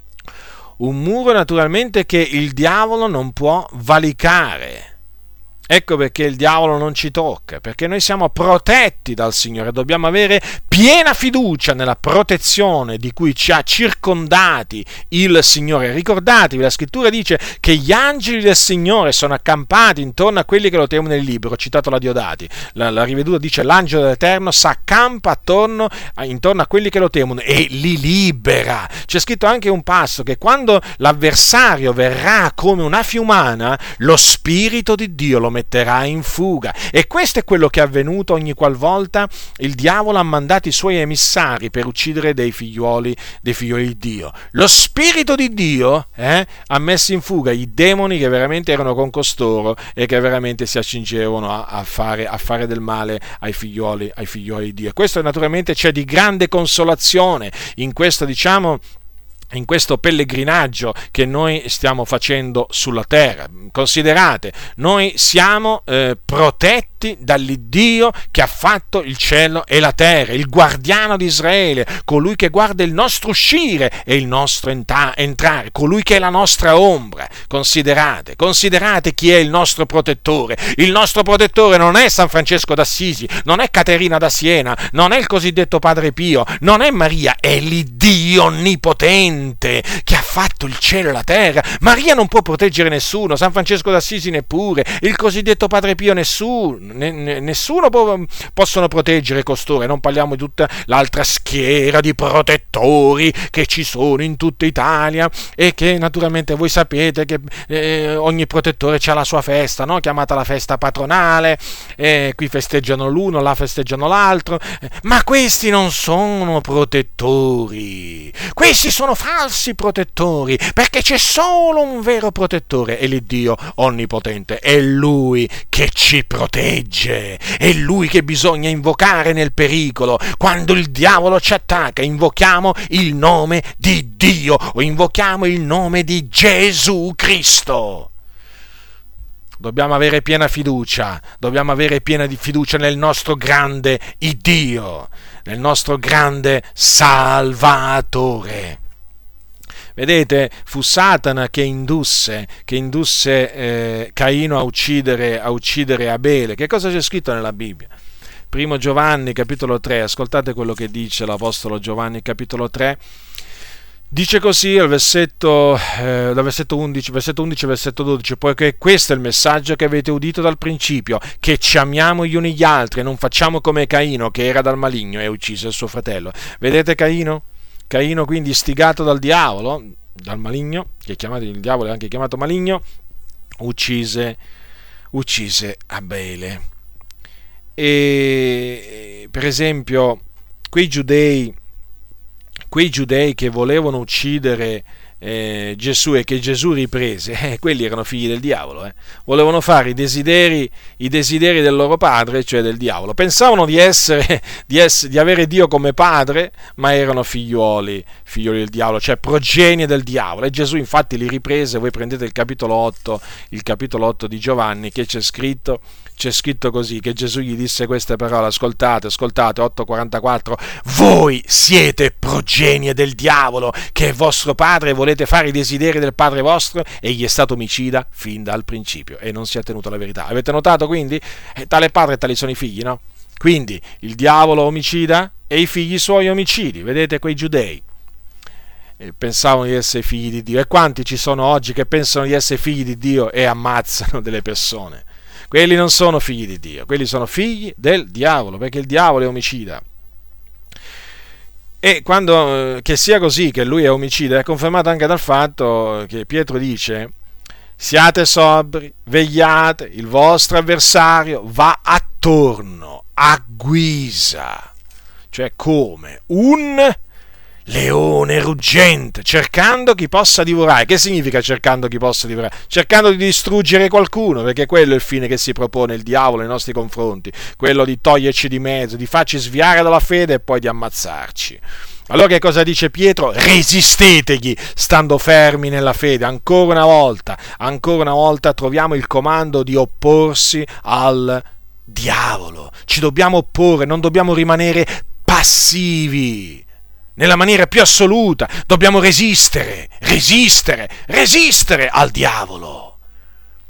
S1: un muro naturalmente che il diavolo non può valicare. Ecco perché il diavolo non ci tocca, perché noi siamo protetti dal Signore, dobbiamo avere piena fiducia nella protezione di cui ci ha circondati il Signore. Ricordatevi, la scrittura dice che gli angeli del Signore sono accampati intorno a quelli che lo temono nel libro, ho citato la Diodati, la, la riveduta dice l'angelo dell'Eterno s'accampa attorno, intorno a quelli che lo temono e li libera. C'è scritto anche un passo che quando l'avversario verrà come una fiumana, lo Spirito di Dio lo metterà in fuga, e questo è quello che è avvenuto ogni qualvolta il diavolo ha mandato i suoi emissari per uccidere dei figlioli, dei figlioli di Dio. Lo Spirito di Dio eh, ha messo in fuga i demoni che veramente erano con costoro e che veramente si accingevano a, a, fare, a fare del male ai figlioli, ai figlioli di Dio. E questo naturalmente c'è di grande consolazione in questo, diciamo, in questo pellegrinaggio che noi stiamo facendo sulla terra. Considerate, noi siamo eh, protetti dall'Iddio che ha fatto il cielo e la terra, il guardiano di Israele, colui che guarda il nostro uscire e il nostro entrare, colui che è la nostra ombra. Considerate, considerate chi è il nostro protettore. Il nostro protettore non è San Francesco d'Assisi, non è Caterina da Siena, non è il cosiddetto Padre Pio, non è Maria, è l'Iddio onnipotente che ha fatto il cielo e la terra. Maria non può proteggere nessuno, San Francesco d'Assisi neppure, il cosiddetto Padre Pio nessuno, ne, ne, nessuno può, possono proteggere costoro. Non parliamo di tutta l'altra schiera di protettori che ci sono in tutta Italia e che naturalmente voi sapete che eh, ogni protettore ha la sua festa, no? Chiamata la festa patronale, eh, qui festeggiano l'uno, là festeggiano l'altro, eh, ma questi non sono protettori, questi sono falsi protettori, perché c'è solo un vero protettore, è l'Iddio onnipotente, è Lui che ci protegge, è Lui che bisogna invocare nel pericolo. Quando il diavolo ci attacca, invochiamo il nome di Dio o invochiamo il nome di Gesù Cristo. Dobbiamo avere piena fiducia, dobbiamo avere piena di fiducia nel nostro grande Iddio, nel nostro grande Salvatore. Vedete, fu Satana che indusse, che indusse eh, Caino a uccidere, a uccidere Abele. Che cosa c'è scritto nella Bibbia? Primo Giovanni, capitolo tre, ascoltate quello che dice l'Apostolo Giovanni, capitolo tre. Dice così al versetto, eh, dal versetto undici, versetto undici, versetto dodici, poiché questo è il messaggio che avete udito dal principio, che ci amiamo gli uni gli altri e non facciamo come Caino, che era dal maligno e uccise il suo fratello. Vedete Caino? Caino quindi istigato dal diavolo, dal maligno, che è chiamato, il diavolo è anche chiamato maligno, uccise, uccise Abele. E per esempio quei giudei, quei giudei che volevano uccidere eh, Gesù e che Gesù riprese, eh, quelli erano figli del diavolo, eh. Volevano fare i desideri, i desideri del loro padre, cioè del diavolo. Pensavano di essere, di essere, di avere Dio come padre, ma erano figliuoli, figliuoli del diavolo, cioè progenie del diavolo. E Gesù infatti li riprese. Voi prendete il capitolo otto, il capitolo otto di Giovanni, che c'è scritto, c'è scritto così, che Gesù gli disse queste parole, ascoltate, ascoltate, otto quarantaquattro, voi siete progenie del diavolo, che è vostro padre, volete fare i desideri del padre vostro, egli è stato omicida fin dal principio e non si è tenuto alla verità. Avete notato quindi? Eh, tale padre e tali sono i figli, no? Quindi il diavolo omicida e i figli suoi omicidi. Vedete quei giudei? Eh, pensavano di essere figli di Dio. E quanti ci sono oggi che pensano di essere figli di Dio e ammazzano delle persone? Quelli non sono figli di Dio, quelli sono figli del diavolo, perché il diavolo è omicida. E quando che sia così, che lui è omicida, è confermato anche dal fatto che Pietro dice: siate sobri, vegliate, il vostro avversario va attorno, a guisa, cioè come un leone ruggente, cercando chi possa divorare. Che significa cercando chi possa divorare? Cercando di distruggere qualcuno, perché quello è il fine che si propone il diavolo nei nostri confronti, quello di toglierci di mezzo, di farci sviare dalla fede e poi di ammazzarci. Allora che cosa dice Pietro? Resistetegli, stando fermi nella fede. Ancora una volta, ancora una volta troviamo il comando di opporsi al diavolo. Ci dobbiamo opporre, non dobbiamo rimanere passivi. Nella maniera più assoluta dobbiamo resistere, resistere, resistere al diavolo.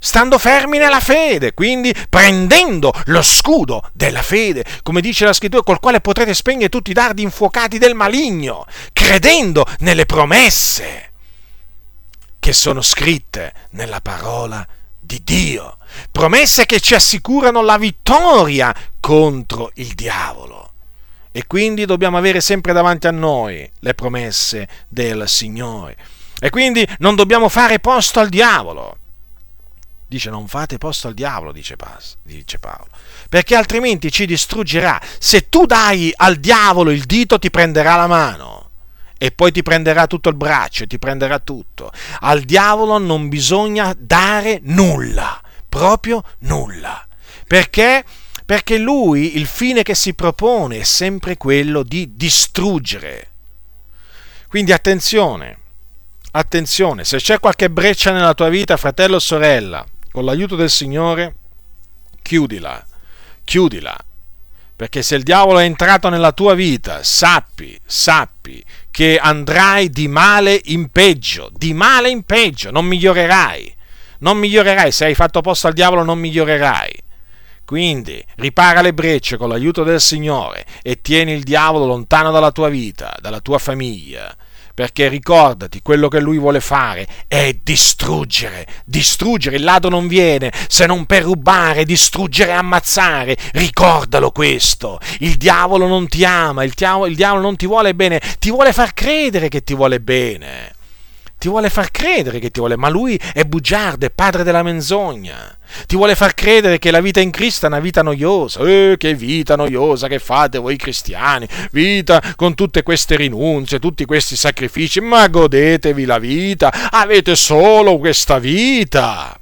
S1: stando fermi nella fede, quindi prendendo lo scudo della fede, come dice la scrittura, col quale potrete spegnere tutti i dardi infuocati del maligno, credendo nelle promesse che sono scritte nella parola di Dio, promesse che ci assicurano la vittoria contro il diavolo. E quindi dobbiamo avere sempre davanti a noi le promesse del Signore. E quindi non dobbiamo fare posto al diavolo. Dice: non fate posto al diavolo, dice Paolo, perché altrimenti ci distruggerà. Se tu dai al diavolo il dito, ti prenderà la mano e poi ti prenderà tutto il braccio, ti prenderà tutto. Al diavolo non bisogna dare nulla, proprio nulla. Perché? Perché lui, il fine che si propone è sempre quello di distruggere. Quindi attenzione, attenzione, se c'è qualche breccia nella tua vita, fratello o sorella, con l'aiuto del Signore, chiudila, chiudila, perché se il diavolo è entrato nella tua vita, sappi, sappi che andrai di male in peggio, di male in peggio, non migliorerai, non migliorerai, se hai fatto posto al diavolo non migliorerai. Quindi ripara le brecce con l'aiuto del Signore e tieni il diavolo lontano dalla tua vita, dalla tua famiglia. Perché ricordati, quello che lui vuole fare è distruggere, distruggere. Il ladro non viene se non per rubare, distruggere e ammazzare. Ricordalo questo. Il diavolo non ti ama, il diavolo, il diavolo non ti vuole bene, ti vuole far credere che ti vuole bene. Ti vuole far credere che ti vuole, ma lui è bugiardo, è padre della menzogna. Ti vuole far credere che la vita in Cristo è una vita noiosa. Eh, che vita noiosa che fate voi cristiani, vita con tutte queste rinunce, tutti questi sacrifici, ma godetevi la vita, avete solo questa vita.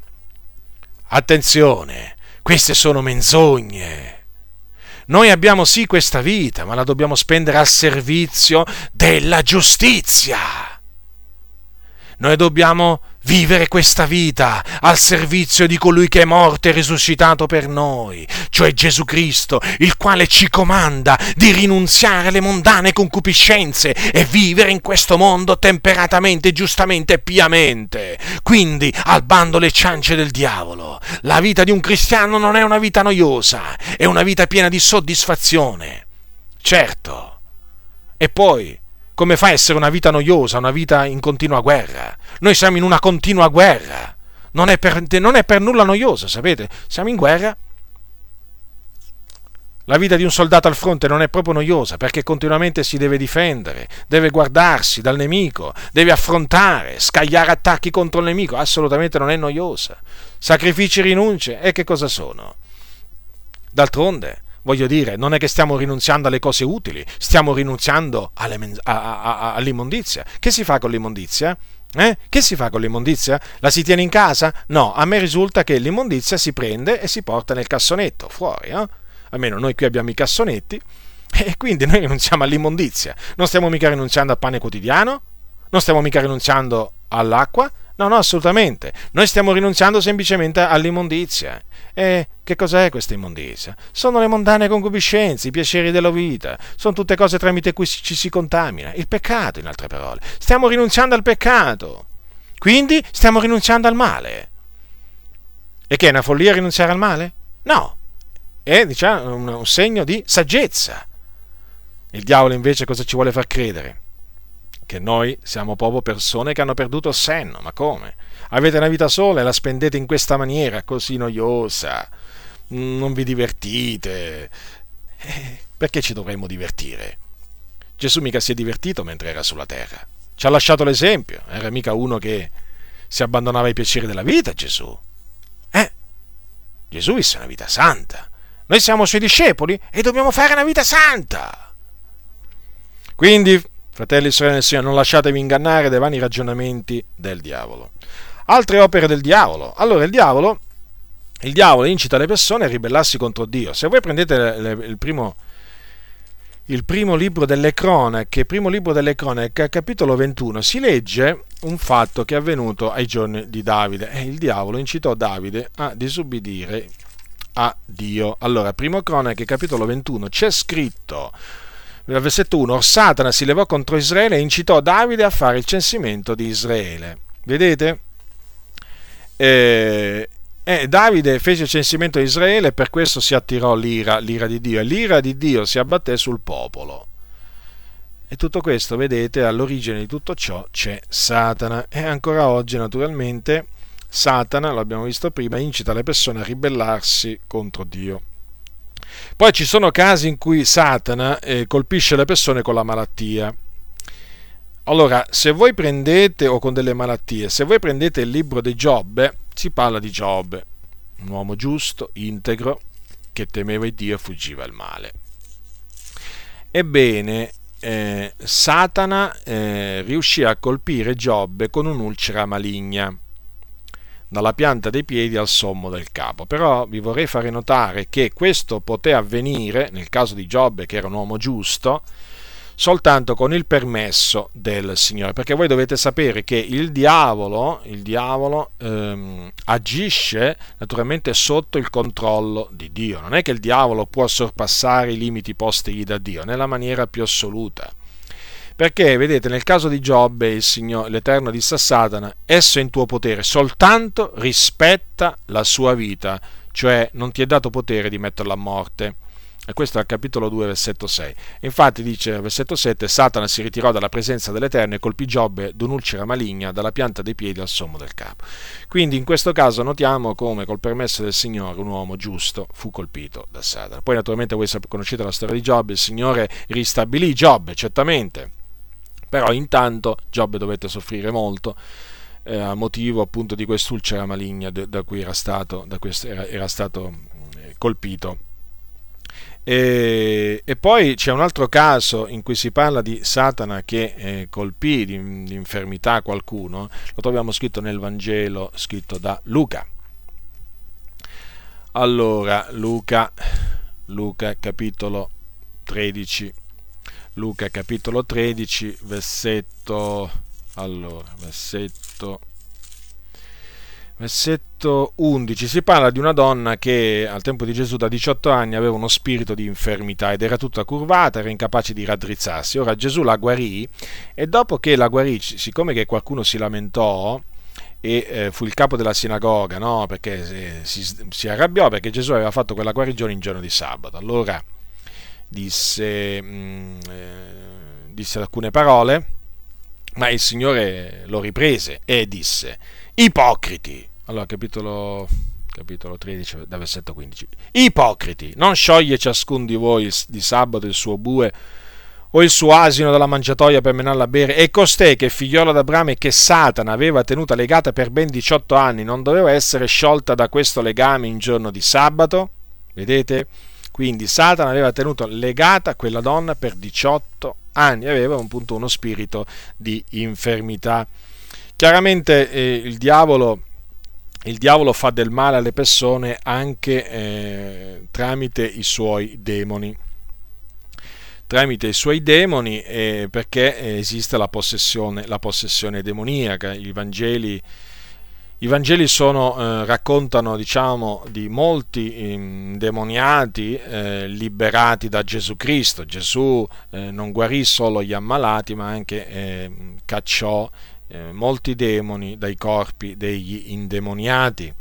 S1: Attenzione, queste sono menzogne. Noi abbiamo sì questa vita, ma la dobbiamo spendere al servizio della giustizia. Noi dobbiamo vivere questa vita al servizio di colui che è morto e risuscitato per noi, cioè Gesù Cristo, il quale ci comanda di rinunziare alle mondane concupiscenze e vivere in questo mondo temperatamente, giustamente e piamente. Quindi, al bando le ciance del diavolo. La vita di un cristiano non è una vita noiosa, è una vita piena di soddisfazione. Certo. E poi, come fa a essere una vita noiosa, una vita in continua guerra? Noi siamo in una continua guerra, non è per, non è per nulla noiosa, sapete? Siamo in guerra. La vita di un soldato al fronte non è proprio noiosa, perché continuamente si deve difendere, deve guardarsi dal nemico, deve affrontare, scagliare attacchi contro il nemico, assolutamente non è noiosa. Sacrifici, rinunce, e che cosa sono? D'altronde, voglio dire, non è che stiamo rinunziando alle cose utili, stiamo rinunziando alle, a, a, a, all'immondizia. Che si fa con l'immondizia? Eh? Che si fa con l'immondizia? La si tiene in casa? No, a me risulta che l'immondizia si prende e si porta nel cassonetto, fuori, eh? Almeno noi qui abbiamo i cassonetti, e quindi noi rinunciamo all'immondizia. Non stiamo mica rinunciando al pane quotidiano? Non stiamo mica rinunciando all'acqua? No, no, assolutamente. Noi stiamo rinunciando semplicemente all'immondizia. E che cos'è questa immondizia? Sono le mondane concupiscenze, i piaceri della vita. Sono tutte cose tramite cui ci si contamina. Il peccato, in altre parole. Stiamo rinunciando al peccato. Quindi stiamo rinunciando al male. E che è una follia rinunciare al male? No. È, diciamo, un, un segno di saggezza. Il diavolo invece cosa ci vuole far credere? Che noi siamo proprio persone che hanno perduto il senno. Ma come? Avete una vita sola e la spendete in questa maniera così noiosa, non vi divertite. Eh, perché ci dovremmo divertire? Gesù mica si è divertito mentre era sulla terra, ci ha lasciato l'esempio, era mica uno che si abbandonava ai piaceri della vita. Gesù eh? Gesù visse una vita santa, noi siamo suoi discepoli e dobbiamo fare una vita santa. Quindi, fratelli e sorelle del Signore, non lasciatevi ingannare dai vani ragionamenti del diavolo. Altre opere del diavolo. Allora, il diavolo, il diavolo incita le persone a ribellarsi contro Dio. Se voi prendete le, le, il, primo, il primo libro delle cronache, primo libro delle cronache, capitolo ventuno, si legge un fatto che è avvenuto ai giorni di Davide. E il diavolo incitò Davide a disubbidire a Dio. Allora, primo cronache, capitolo ventuno, c'è scritto, nel versetto uno, or Satana si levò contro Israele e incitò Davide a fare il censimento di Israele. Vedete? Eh, Eh, Davide fece il censimento di Israele e per questo si attirò l'ira, l'ira di Dio, e l'ira di Dio si abbatté sul popolo. E tutto questo, vedete, all'origine di tutto ciò c'è Satana. E ancora oggi, naturalmente, Satana, lo abbiamo visto prima, incita le persone a ribellarsi contro Dio. Poi ci sono casi in cui Satana eh, colpisce le persone con la malattia. Allora, se voi prendete, o con delle malattie, se voi prendete il libro di Giobbe, si parla di Giobbe, un uomo giusto, integro, che temeva il Dio e fuggiva il male. Ebbene, eh, Satana eh, riuscì a colpire Giobbe con un'ulcera maligna, dalla pianta dei piedi al sommo del capo. Però vi vorrei fare notare che questo poté avvenire, nel caso di Giobbe, che era un uomo giusto, soltanto con il permesso del Signore, perché voi dovete sapere che il diavolo, il diavolo ehm, agisce naturalmente sotto il controllo di Dio. Non è che il diavolo può sorpassare i limiti postigli da Dio nella maniera più assoluta. Perché, vedete, nel caso di Giobbe, il Signore, l'Eterno disse a Satana: esso è in tuo potere, soltanto rispetta la sua vita, cioè non ti è dato potere di metterlo a morte. E questo è al capitolo due, versetto sei. Infatti dice, versetto sette, Satana si ritirò dalla presenza dell'Eterno e colpì Giobbe d'un'ulcera maligna dalla pianta dei piedi al sommo del capo. Quindi in questo caso notiamo come col permesso del Signore un uomo giusto fu colpito da Satana. Poi naturalmente voi conoscete la storia di Giobbe, il Signore ristabilì Giobbe, certamente, però intanto Giobbe dovette soffrire molto eh, a motivo appunto di quest'ulcera maligna da, da cui era stato, da questo, era, era stato eh, colpito. E, e poi c'è un altro caso in cui si parla di Satana che eh, colpì di, di infermità qualcuno, lo troviamo scritto nel Vangelo scritto da Luca. Allora, Luca, Luca capitolo tredici, Luca capitolo tredici, versetto, allora, versetto Versetto undici, si parla di una donna che al tempo di Gesù da diciotto anni aveva uno spirito di infermità ed era tutta curvata, era incapace di raddrizzarsi. Ora Gesù la guarì e dopo che la guarì, siccome che qualcuno si lamentò e eh, fu il capo della sinagoga, no? Perché si, si arrabbiò perché Gesù aveva fatto quella guarigione in giorno di sabato. Allora disse, mh, eh, disse alcune parole, ma il Signore lo riprese e disse: ipocriti. Allora, capitolo, capitolo tredici, da versetto quindici. Ipocriti, non scioglie ciascun di voi di sabato il suo bue o il suo asino dalla mangiatoia per menarla a bere, e costei che è figliola d'Abramo e che Satana aveva tenuta legata per ben diciotto anni, non doveva essere sciolta da questo legame in giorno di sabato? Vedete? Quindi Satana aveva tenuto legata quella donna per diciotto anni, aveva appunto uno spirito di infermità. Chiaramente eh, il diavolo il diavolo fa del male alle persone anche eh, tramite i suoi demoni. Tramite i suoi demoni eh, perché esiste la possessione, la possessione demoniaca. I Vangeli, i Vangeli sono, eh, raccontano, diciamo, di molti indemoniati eh, liberati da Gesù Cristo. Gesù eh, non guarì solo gli ammalati, ma anche eh, cacciò Eh, molti demoni dai corpi degli indemoniati.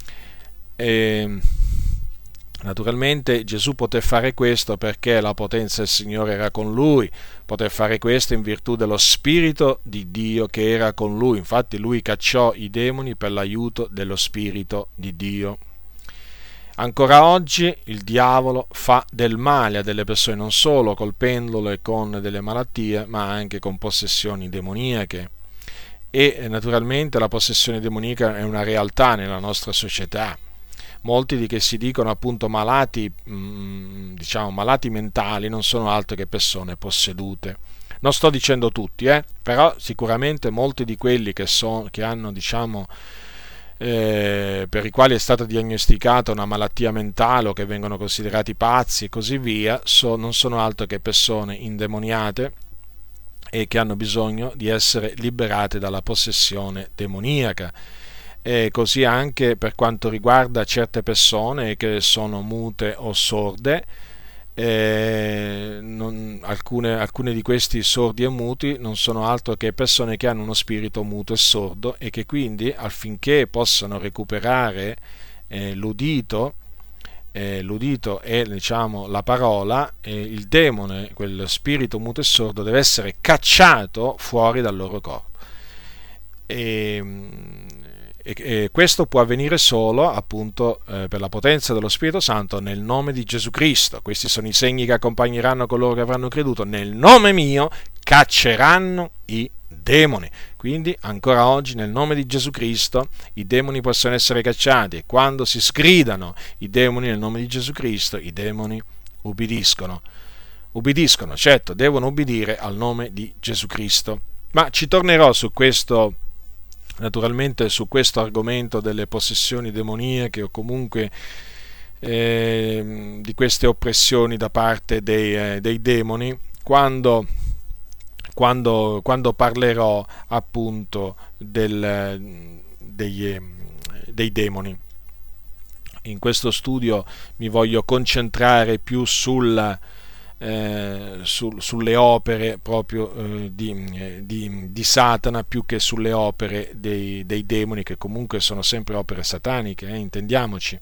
S1: E, naturalmente Gesù poté fare questo perché la potenza del Signore era con lui, poté fare questo in virtù dello Spirito di Dio che era con lui. Infatti lui cacciò i demoni per l'aiuto dello Spirito di Dio. Ancora oggi il diavolo fa del male a delle persone, non solo colpendole con delle malattie, ma anche con possessioni demoniache. E naturalmente la possessione demoniaca è una realtà nella nostra società. Molti di che si dicono appunto malati, diciamo malati mentali, non sono altro che persone possedute. Non sto dicendo tutti, eh, però sicuramente molti di quelli che, so, che hanno, diciamo, eh, per i quali è stata diagnosticata una malattia mentale o che vengono considerati pazzi e così via, so, non sono altro che persone indemoniate e che hanno bisogno di essere liberate dalla possessione demoniaca. E così anche per quanto riguarda certe persone che sono mute o sorde, eh, non, alcune, alcune di questi sordi e muti non sono altro che persone che hanno uno spirito muto e sordo e che quindi affinché possano recuperare eh, l'udito, eh, l'udito è, diciamo, la parola, eh, il demone, quel spirito muto e sordo, deve essere cacciato fuori dal loro corpo. E, e, e questo può avvenire solo, appunto, eh, per la potenza dello Spirito Santo, nel nome di Gesù Cristo. Questi sono i segni che accompagneranno coloro che avranno creduto: nel nome mio cacceranno i demoni. Quindi ancora oggi, nel nome di Gesù Cristo, i demoni possono essere cacciati, e quando si sgridano i demoni nel nome di Gesù Cristo, i demoni ubbidiscono. Ubbidiscono, certo, devono ubbidire al nome di Gesù Cristo. Ma ci tornerò su questo, naturalmente, su questo argomento delle possessioni demoniache, o comunque eh, di queste oppressioni da parte dei, eh, dei demoni, quando, quando, quando parlerò, appunto, del, dei, dei demoni. In questo studio mi voglio concentrare più sul Eh, su, sulle opere proprio eh, di, di, di Satana, più che sulle opere dei, dei demoni, che comunque sono sempre opere sataniche, eh, intendiamoci.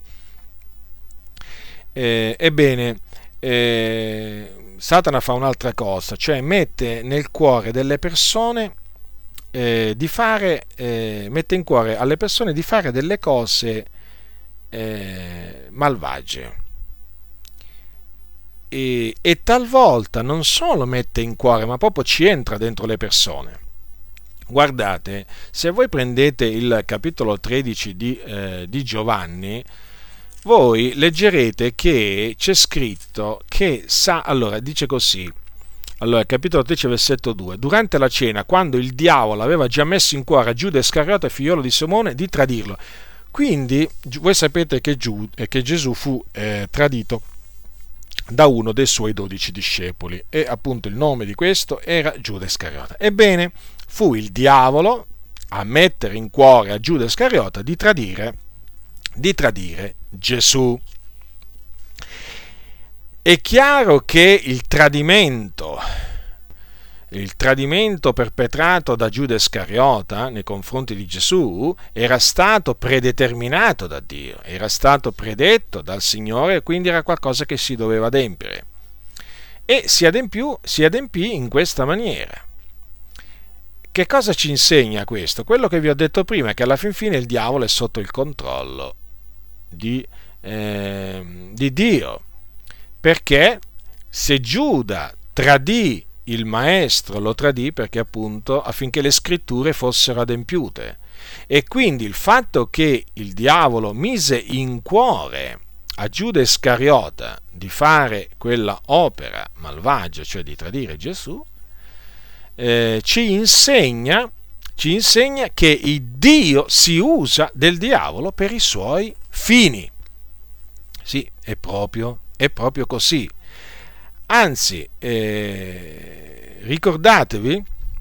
S1: Eh, ebbene, eh, Satana fa un'altra cosa, cioè mette nel cuore delle persone eh, di fare, eh, mette in cuore alle persone di fare delle cose eh, malvagie. E, e talvolta non solo mette in cuore, ma proprio ci entra dentro le persone. Guardate, se voi prendete il capitolo tredici di, eh, di Giovanni, voi leggerete che c'è scritto che sa, allora dice così, allora capitolo tredici versetto due: durante la cena, quando il diavolo aveva già messo in cuore a Giuda Iscariota, figliolo di Simone, di tradirlo. Quindi voi sapete che, Giu, che Gesù fu eh, tradito da uno dei suoi dodici discepoli, e appunto il nome di questo era Giuda Iscariota. Ebbene, fu il diavolo a mettere in cuore a Giuda Iscariota di tradire, di tradire Gesù. È chiaro che il tradimento, il tradimento perpetrato da Giuda Iscariota nei confronti di Gesù era stato predeterminato da Dio, era stato predetto dal Signore, quindi era qualcosa che si doveva adempiere. E si adempì, si adempì in questa maniera. Che cosa ci insegna questo? Quello che vi ho detto prima, che alla fin fine il diavolo è sotto il controllo di, eh, di Dio, perché se Giuda tradì il maestro, lo tradì perché appunto affinché le scritture fossero adempiute, e quindi il fatto che il diavolo mise in cuore a Giuda Iscariota di fare quella opera malvagia, cioè di tradire Gesù, eh, ci insegna ci insegna che il Dio si usa del diavolo per i suoi fini. Sì, è proprio, è proprio così. Anzi, eh, ricordatevi,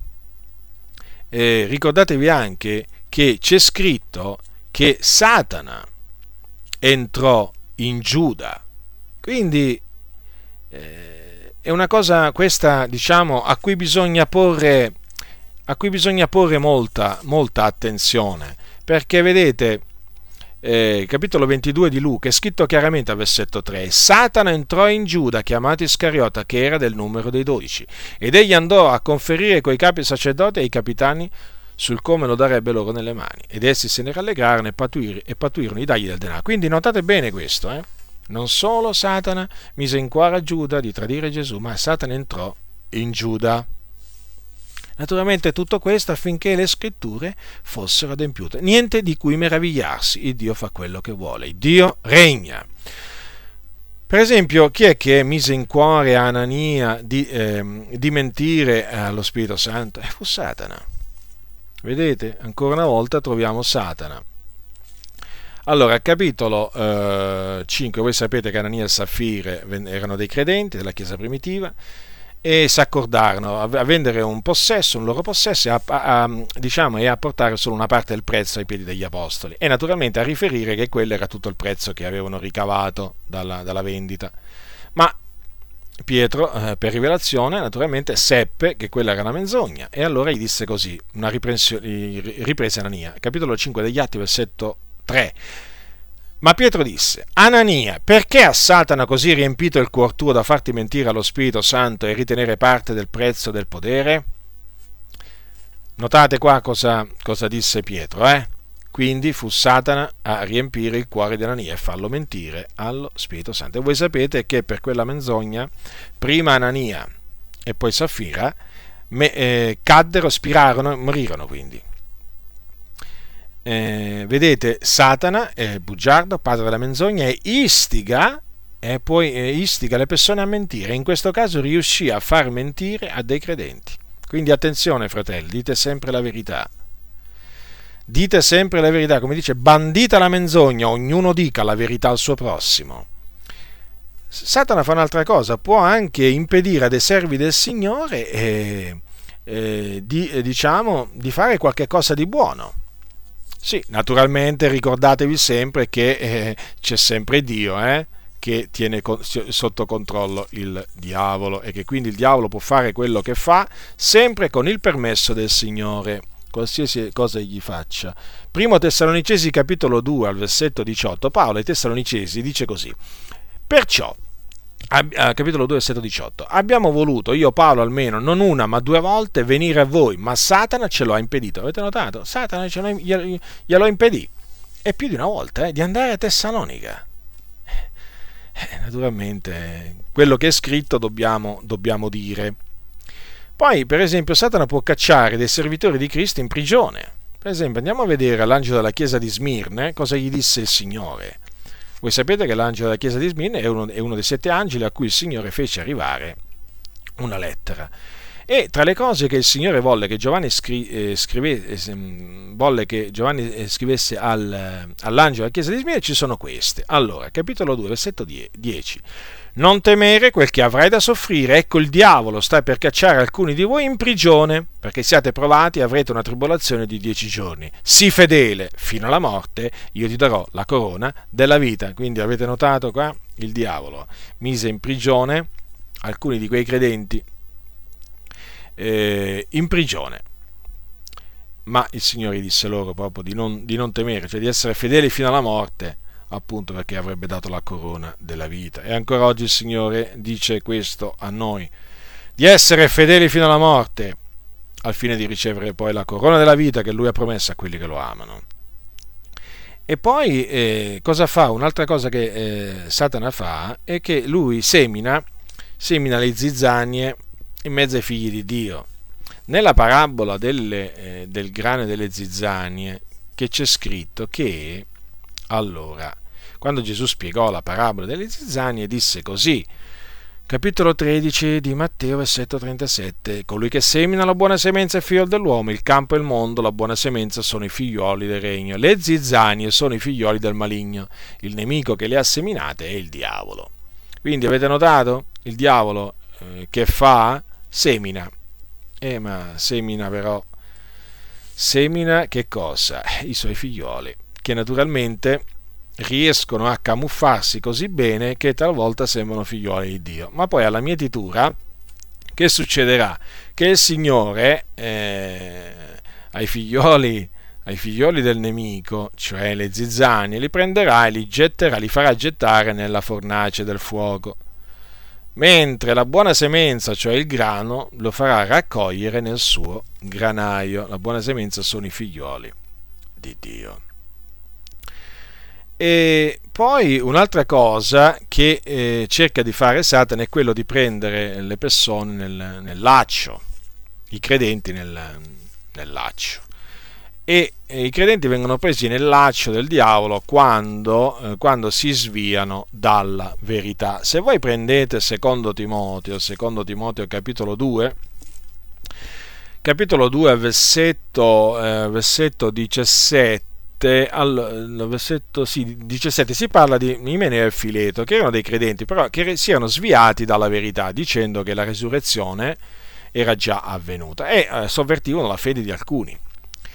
S1: eh, ricordatevi anche che c'è scritto che Satana entrò in Giuda. Quindi eh, è una cosa questa, diciamo, a cui bisogna porre, a cui bisogna porre molta, molta attenzione, perché vedete, Eh, capitolo ventidue di Luca è scritto chiaramente al versetto tre: Satana entrò in Giuda, chiamato Iscariota, che era del numero dei dodici, ed egli andò a conferire coi capi sacerdoti e ai capitani sul come lo darebbe loro nelle mani, ed essi se ne rallegrarono e, patuir- e patuirono di dargli del denaro. Quindi notate bene questo, eh? Non solo Satana mise in cuore a Giuda di tradire Gesù, ma Satana entrò in Giuda. Naturalmente tutto questo affinché le scritture fossero adempiute. Niente di cui meravigliarsi, il Dio fa quello che vuole, il Dio regna. Per esempio, chi è che mise in cuore a Anania di, eh, di mentire allo Spirito Santo? Eh, fu Satana. Vedete, ancora una volta troviamo Satana. Allora, capitolo eh, cinque, voi sapete che Anania e Saffire erano dei credenti della Chiesa primitiva, e si accordarono a vendere un possesso, un loro possesso, e a, a, diciamo, e a portare solo una parte del prezzo ai piedi degli apostoli, e naturalmente a riferire che quello era tutto il prezzo che avevano ricavato dalla, dalla vendita. Ma Pietro, eh, per rivelazione, naturalmente seppe che quella era una menzogna, e allora gli disse così, una riprese Anania, capitolo cinque degli Atti, versetto tre: Ma Pietro disse: Anania, perché a Satana così riempito il cuor tuo da farti mentire allo Spirito Santo e ritenere parte del prezzo del potere? Notate qua cosa, cosa disse Pietro, eh? Quindi fu Satana a riempire il cuore di Anania e farlo mentire allo Spirito Santo. E voi sapete che per quella menzogna, prima Anania e poi Saffira me, eh, caddero, spirarono e morirono quindi. Eh, vedete, Satana è bugiardo, padre della menzogna, e istiga, e poi eh, istiga le persone a mentire. In questo caso riuscì a far mentire a dei credenti. Quindi attenzione, fratelli, dite sempre la verità. Dite sempre la verità, come dice, bandita la menzogna, ognuno dica la verità al suo prossimo. Satana fa un'altra cosa, può anche impedire a dei servi del Signore eh, eh, di, eh, diciamo, di fare qualche cosa di buono. Sì, naturalmente ricordatevi sempre che eh, c'è sempre Dio, eh, che tiene con, sotto controllo il diavolo e che quindi il diavolo può fare quello che fa sempre con il permesso del Signore, qualsiasi cosa egli faccia. Primo Tessalonicesi capitolo due al versetto diciotto, Paolo ai Tessalonicesi dice così: perciò, capitolo due versetto diciotto, abbiamo voluto, io Paolo almeno, non una ma due volte venire a voi, ma Satana ce lo ha impedito. Avete notato? Satana ce lo, glielo impedì, e più di una volta, eh, di andare a Tessalonica. Eh, naturalmente quello che è scritto dobbiamo, dobbiamo dire. Poi, per esempio, Satana può cacciare dei servitori di Cristo in prigione. Per esempio, andiamo a vedere all'angelo della chiesa di Smirne cosa gli disse il Signore. Voi sapete che l'angelo della chiesa di Smirne è uno, è uno dei sette angeli a cui il Signore fece arrivare una lettera. E tra le cose che il Signore volle che Giovanni scri, eh, scrive, eh, volle che Giovanni eh, scrivesse al, all'angelo della chiesa di Smirne ci sono queste. Allora, capitolo due, versetto dieci. Non temere quel che avrai da soffrire, ecco il diavolo sta per cacciare alcuni di voi in prigione, perché siate provati e avrete una tribolazione di dieci giorni. Sii fedele fino alla morte, io ti darò la corona della vita. Quindi avete notato qua? Il diavolo mise in prigione alcuni di quei credenti, eh, in prigione. Ma il Signore disse loro proprio di non, di non temere, cioè di essere fedeli fino alla morte, appunto perché avrebbe dato la corona della vita. E ancora oggi il Signore dice questo a noi, di essere fedeli fino alla morte, al fine di ricevere poi la corona della vita che Lui ha promesso a quelli che lo amano. E poi eh, cosa fa? Un'altra cosa che eh, Satana fa è che lui semina, semina le zizzanie in mezzo ai figli di Dio. Nella parabola delle, eh, del grano e delle zizzanie, che c'è scritto che allora, quando Gesù spiegò la parabola delle zizzanie, disse così, capitolo tredici di Matteo, versetto trentasette, colui che semina la buona semenza è figlio dell'uomo, il campo e il mondo, la buona semenza sono i figlioli del regno, le zizzanie sono i figlioli del maligno, il nemico che le ha seminate è il diavolo. Quindi avete notato? Il diavolo eh, che fa? Semina. Eh, ma semina però, semina che cosa? I suoi figlioli, che naturalmente riescono a camuffarsi così bene che talvolta sembrano figlioli di Dio. Ma poi alla mietitura che succederà? Che il Signore eh, ai figlioli ai figlioli del nemico, cioè le zizzanie, li prenderà e li getterà, li farà gettare nella fornace del fuoco, mentre la buona semenza, cioè il grano, lo farà raccogliere nel suo granaio. La buona semenza sono i figlioli di Dio. E poi un'altra cosa che eh, cerca di fare Satana è quello di prendere le persone nel, nel laccio, i credenti nel, nel laccio. E, e i credenti vengono presi nel laccio del diavolo quando, eh, quando si sviano dalla verità. Se voi prendete secondo Timoteo, secondo Timoteo capitolo due, capitolo due versetto, eh, versetto diciassette, al versetto sì, diciassette si parla di Imeneo e Fileto, che erano dei credenti, però che si erano sviati dalla verità, dicendo che la resurrezione era già avvenuta, e eh, sovvertivano la fede di alcuni.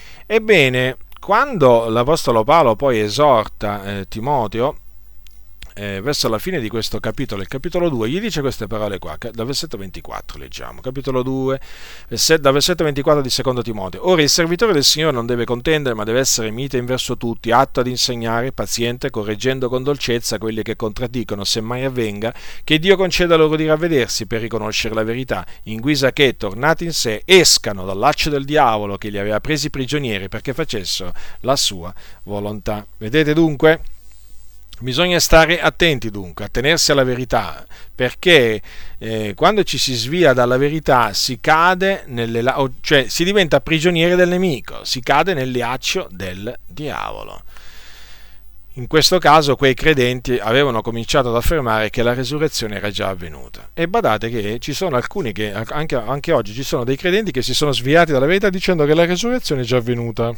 S1: Ebbene, quando l'Apostolo Paolo poi esorta eh, Timoteo eh, verso la fine di questo capitolo, il capitolo due, gli dice queste parole qua, dal versetto ventiquattro leggiamo, capitolo due, verset, dal versetto ventiquattro di secondo Timoteo. Ora il servitore del Signore non deve contendere, ma deve essere mite in verso tutti, atto ad insegnare, paziente, correggendo con dolcezza quelli che contraddicono, se mai avvenga, che Dio conceda loro di ravvedersi per riconoscere la verità, in guisa che, tornati in sé, escano dal laccio del diavolo che li aveva presi prigionieri perché facessero la sua volontà. Vedete dunque? Bisogna stare attenti dunque, a tenersi alla verità, perché eh, quando ci si svia dalla verità si cade nelle, cioè si diventa prigionieri del nemico, si cade nel liaccio del diavolo. In questo caso quei credenti avevano cominciato ad affermare che la resurrezione era già avvenuta. E badate che ci sono alcuni che, anche, anche oggi, ci sono dei credenti che si sono sviati dalla verità dicendo che la resurrezione è già avvenuta.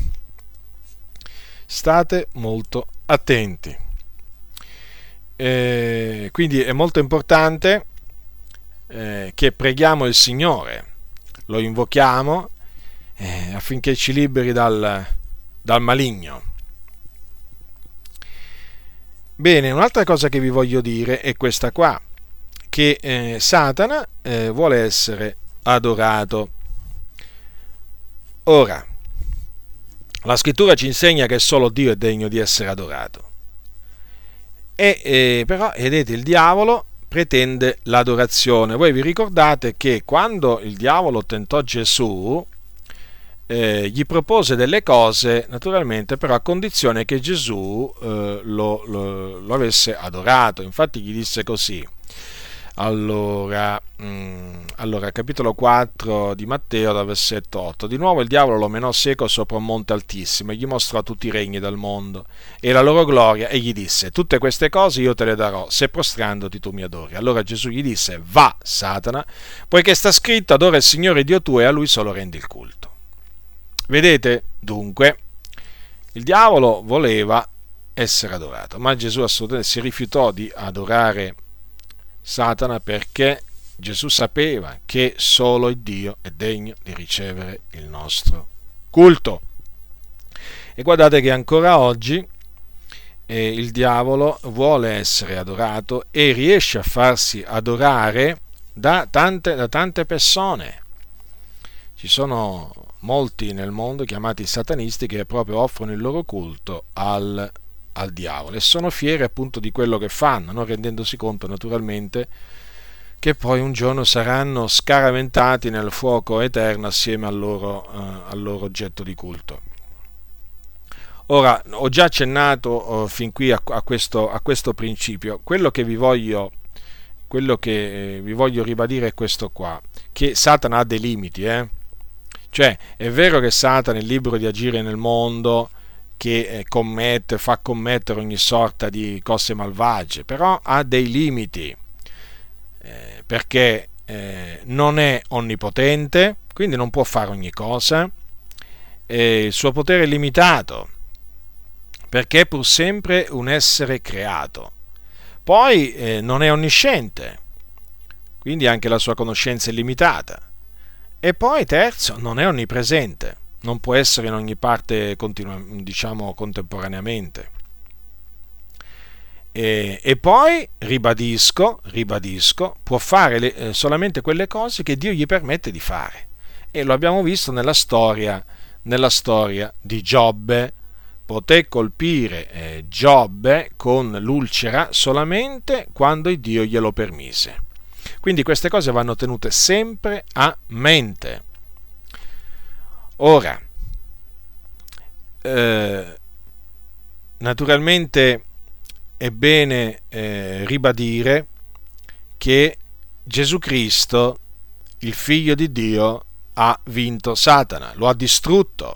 S1: State molto attenti. Eh, quindi è molto importante eh, che preghiamo il Signore, lo invochiamo eh, affinché ci liberi dal, dal maligno. Bene, un'altra cosa che vi voglio dire è questa qua, che eh, Satana eh, vuole essere adorato. Ora, la scrittura ci insegna che solo Dio è degno di essere adorato. E eh, però, vedete, il diavolo pretende l'adorazione. Voi vi ricordate che quando il diavolo tentò Gesù, eh, gli propose delle cose, naturalmente, però a condizione che Gesù eh, lo, lo, lo avesse adorato. Infatti gli disse così. Allora, mh, allora, capitolo quattro di Matteo, dal versetto otto. Di nuovo il diavolo lo menò seco sopra un monte altissimo e gli mostrò tutti i regni del mondo e la loro gloria e gli disse: tutte queste cose io te le darò se prostrandoti tu mi adori. Allora Gesù gli disse: va, Satana, poiché sta scritto: adora il Signore Dio tuo e a lui solo rendi il culto. Vedete, dunque, il diavolo voleva essere adorato, ma Gesù assolutamente si rifiutò di adorare Satana, perché Gesù sapeva che solo il Dio è degno di ricevere il nostro culto. E guardate che ancora oggi eh, il diavolo vuole essere adorato e riesce a farsi adorare da tante, da tante persone. Ci sono molti nel mondo chiamati satanisti che proprio offrono il loro culto al al diavolo e sono fieri appunto di quello che fanno, non rendendosi conto naturalmente che poi un giorno saranno scaraventati nel fuoco eterno assieme al loro, eh, al loro oggetto di culto. Ora, ho già accennato eh, fin qui a, a, questo, a questo principio. Quello che vi voglio quello che eh, vi voglio ribadire è questo qua, che Satana ha dei limiti, eh? Cioè, è vero che Satana è libero di agire nel mondo, che commette, fa commettere ogni sorta di cose malvagie, però ha dei limiti, eh, perché eh, non è onnipotente, quindi non può fare ogni cosa, e il suo potere è limitato, perché è pur sempre un essere creato. Poi eh, non è onnisciente, quindi anche la sua conoscenza è limitata. E poi, terzo, non è onnipresente. Non può essere in ogni parte, continu- diciamo, contemporaneamente. E, e poi, ribadisco, ribadisco, può fare le, eh, solamente quelle cose che Dio gli permette di fare. E lo abbiamo visto nella storia, nella storia di Giobbe. Poté colpire eh, Giobbe con l'ulcera solamente quando il Dio glielo permise. Quindi queste cose vanno tenute sempre a mente. Ora, eh, naturalmente è bene eh, ribadire che Gesù Cristo, il Figlio di Dio, ha vinto Satana, lo ha distrutto.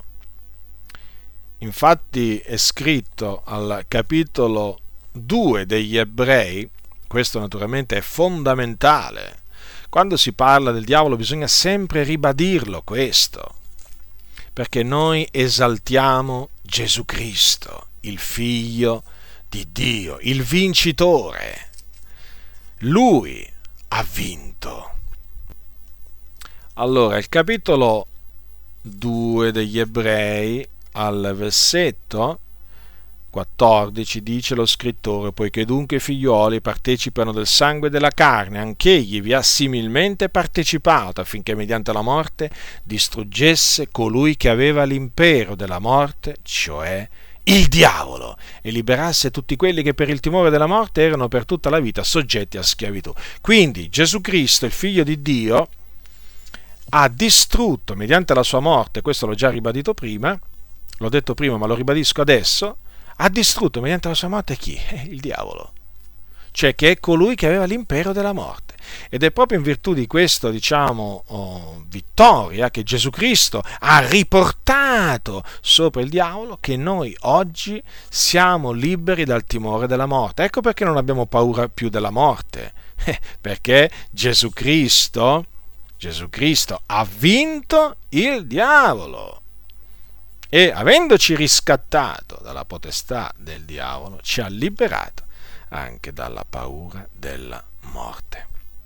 S1: Infatti è scritto al capitolo due degli Ebrei, questo naturalmente è fondamentale, quando si parla del diavolo bisogna sempre ribadirlo questo, perché noi esaltiamo Gesù Cristo, il Figlio di Dio, il vincitore. Lui ha vinto. Allora, il capitolo due degli Ebrei, al versetto quattordici dice lo scrittore: poiché dunque i figlioli partecipano del sangue e della carne, anch'egli vi ha similmente partecipato, affinché mediante la morte distruggesse colui che aveva l'impero della morte, cioè il diavolo, e liberasse tutti quelli che per il timore della morte erano per tutta la vita soggetti a schiavitù. Quindi Gesù Cristo, il Figlio di Dio, ha distrutto mediante la sua morte, questo l'ho già ribadito prima, l'ho detto prima ma lo ribadisco adesso, ha distrutto mediante la sua morte chi? Eh, il diavolo, cioè che è colui che aveva l'impero della morte. Ed è proprio in virtù di questa, diciamo, oh, vittoria che Gesù Cristo ha riportato sopra il diavolo che noi oggi siamo liberi dal timore della morte. Ecco perché non abbiamo paura più della morte, eh, perché Gesù Cristo, Gesù Cristo ha vinto il diavolo. E avendoci riscattato dalla potestà del diavolo, ci ha liberato anche dalla paura della morte.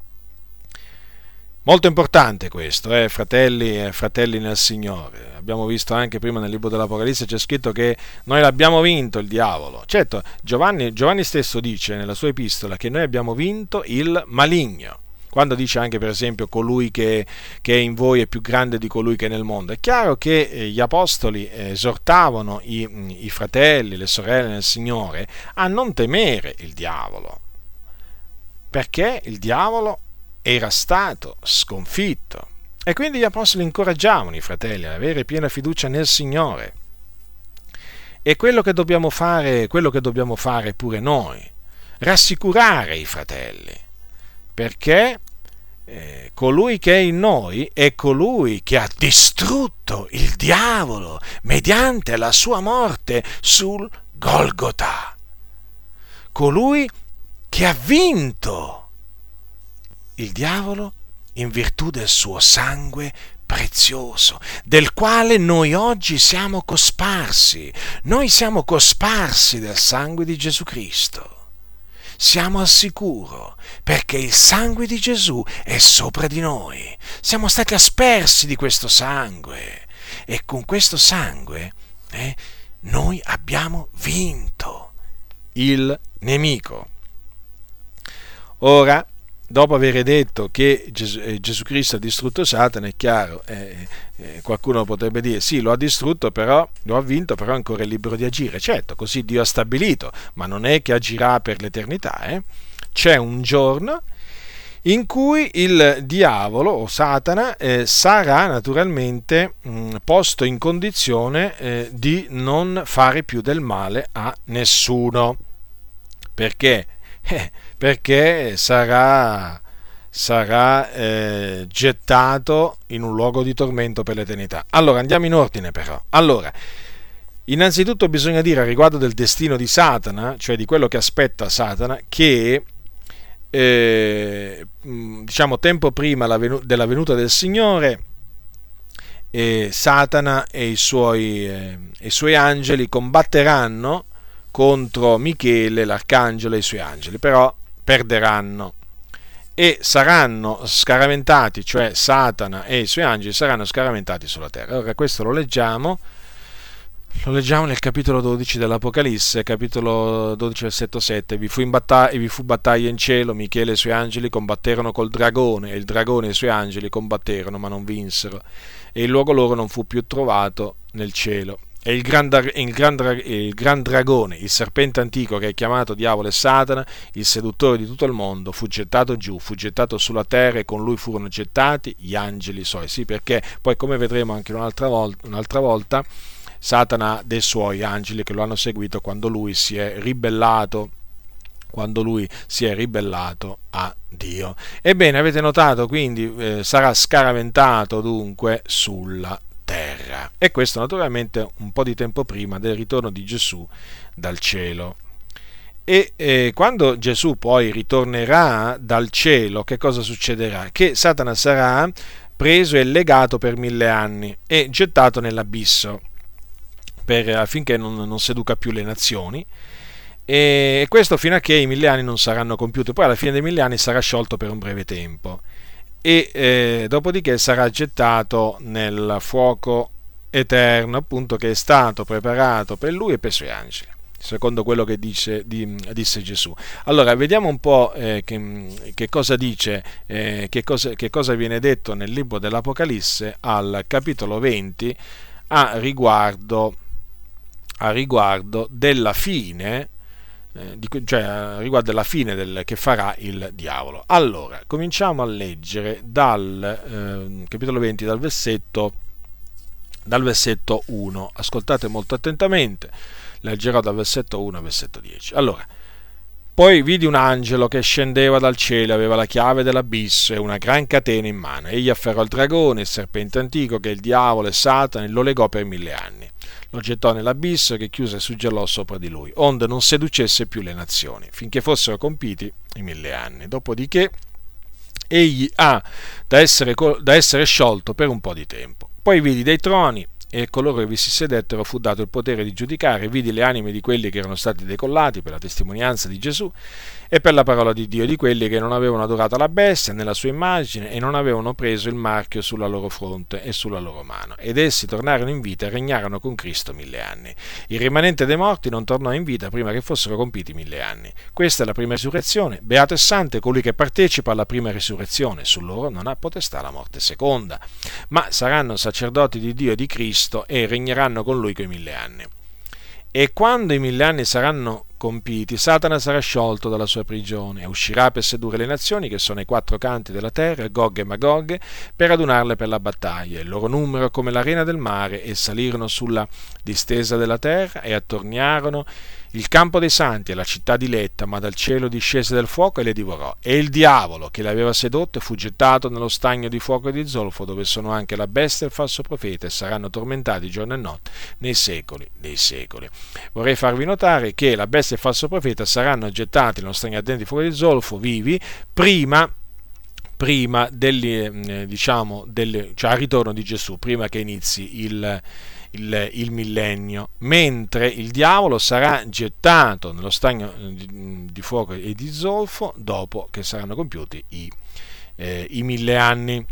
S1: Molto importante questo, eh, fratelli e fratelli nel Signore. Abbiamo visto anche prima nel libro dell'Apocalisse, c'è scritto che noi l'abbiamo vinto il diavolo. Certo, Giovanni, Giovanni stesso dice nella sua epistola che noi abbiamo vinto il maligno. Quando dice anche, per esempio, colui che, che è in voi è più grande di colui che è nel mondo. È chiaro che eh, gli apostoli esortavano i, i fratelli, le sorelle nel Signore a non temere il diavolo, perché il diavolo era stato sconfitto. E quindi gli apostoli incoraggiavano i fratelli ad avere piena fiducia nel Signore. E quello che dobbiamo fare, quello che dobbiamo fare pure noi, rassicurare i fratelli. Perché eh, colui che è in noi è colui che ha distrutto il diavolo mediante la sua morte sul Golgota. Colui che ha vinto il diavolo in virtù del suo sangue prezioso, del quale noi oggi siamo cosparsi. Noi siamo cosparsi del sangue di Gesù Cristo. Siamo al sicuro, perché il sangue di Gesù è sopra di noi. Siamo stati aspersi di questo sangue e con questo sangue eh, noi abbiamo vinto il nemico. Ora, dopo aver detto che Gesù, eh, Gesù Cristo ha distrutto Satana, è chiaro, eh, eh, qualcuno potrebbe dire sì, lo ha distrutto, però lo ha vinto, però ancora è libero di agire. Certo, così Dio ha stabilito, ma non è che agirà per l'eternità. Eh? C'è un giorno in cui il diavolo o Satana eh, sarà naturalmente mh, posto in condizione eh, di non fare più del male a nessuno. Perché? Eh, perché sarà, sarà eh, gettato in un luogo di tormento per l'eternità. Allora, andiamo in ordine però. Allora, innanzitutto bisogna dire a riguardo del destino di Satana, cioè di quello che aspetta Satana, che eh, diciamo tempo prima della venuta del Signore, eh, Satana e i suoi, eh, i suoi angeli combatteranno contro Michele, l'arcangelo, e i suoi angeli, però perderanno e saranno scaraventati, cioè Satana e i suoi angeli saranno scaraventati sulla terra. Ora questo lo leggiamo, lo leggiamo nel capitolo dodici dell'Apocalisse, capitolo dodici, versetto sette. Vi fu, in battaglia, vi fu battaglia in cielo, Michele e i suoi angeli combatterono col dragone, e il dragone e i suoi angeli combatterono, ma non vinsero, e il luogo loro non fu più trovato nel cielo. E il gran, il, gran, il gran dragone, il serpente antico che è chiamato diavolo e Satana, il seduttore di tutto il mondo, fu gettato giù, fu gettato sulla terra, e con lui furono gettati gli angeli suoi. Sì, perché poi, come vedremo anche un'altra volta, un'altra volta Satana ha dei suoi angeli che lo hanno seguito quando lui si è ribellato, quando lui si è ribellato a Dio. Ebbene, avete notato, quindi eh, sarà scaraventato dunque sulla terra. E questo naturalmente un po' di tempo prima del ritorno di Gesù dal cielo. E eh, quando Gesù poi ritornerà dal cielo, che cosa succederà? Che Satana sarà preso e legato per mille anni e gettato nell'abisso, per, affinché non, non seduca più le nazioni, e questo fino a che i mille anni non saranno compiuti. Poi alla fine dei mille anni sarà sciolto per un breve tempo e eh, dopodiché sarà gettato nel fuoco eterno, appunto, che è stato preparato per lui e per i suoi angeli. secondo quello che dice, di, disse Gesù. Allora, vediamo un po' eh, che, che cosa dice, eh, che, cosa, che cosa viene detto nel libro dell'Apocalisse al capitolo venti a riguardo, a riguardo della fine, eh, di, cioè a riguardo della fine del, che farà il diavolo. Allora, cominciamo a leggere dal eh, capitolo venti, dal versetto, dal versetto uno. Ascoltate molto attentamente. Leggerò dal versetto uno al versetto dieci. Allora, poi vidi un angelo che scendeva dal cielo, aveva la chiave dell'abisso e una gran catena in mano. Egli afferrò il dragone, il serpente antico, che è il diavolo e Satana, e lo legò per mille anni. Lo gettò nell'abisso che chiuse e suggellò sopra di lui, onde non seducesse più le nazioni, finché fossero compiti i mille anni. Dopodiché egli ha da essere, da essere sciolto per un po' di tempo. Poi vidi dei troni, e a coloro che vi si sedettero fu dato il potere di giudicare. Vidi le anime di quelli che erano stati decollati per la testimonianza di Gesù e per la parola di Dio, di quelli che non avevano adorato la bestia nella sua immagine e non avevano preso il marchio sulla loro fronte e sulla loro mano. Ed essi tornarono in vita e regnarono con Cristo mille anni. Il rimanente dei morti non tornò in vita prima che fossero compiti mille anni. Questa è la prima risurrezione. Beato e santo è colui che partecipa alla prima risurrezione. Su loro non ha potestà la morte seconda, ma saranno sacerdoti di Dio e di Cristo e regneranno con lui quei mille anni. E quando i mille anni saranno compiti, Satana sarà sciolto dalla sua prigione e uscirà per sedurre le nazioni che sono ai quattro canti della terra, Gog e Magog, per adunarle per la battaglia. Il loro numero è come l'arena del mare, e salirono sulla distesa della terra e attorniarono il campo dei santi e la città diletta, ma dal cielo discese del fuoco e le divorò. E il diavolo che le aveva sedotte fu gettato nello stagno di fuoco e di zolfo, dove sono anche la bestia e il falso profeta, e saranno tormentati giorno e notte nei secoli dei secoli. Vorrei farvi notare che la bestia e il falso profeta saranno gettati nello stagno ardente di fuoco e di zolfo vivi prima prima del, diciamo, del, cioè al ritorno di Gesù, prima che inizi il Il, il millennio, mentre il diavolo sarà gettato nello stagno di, di fuoco e di zolfo dopo che saranno compiuti i, eh, i mille anni,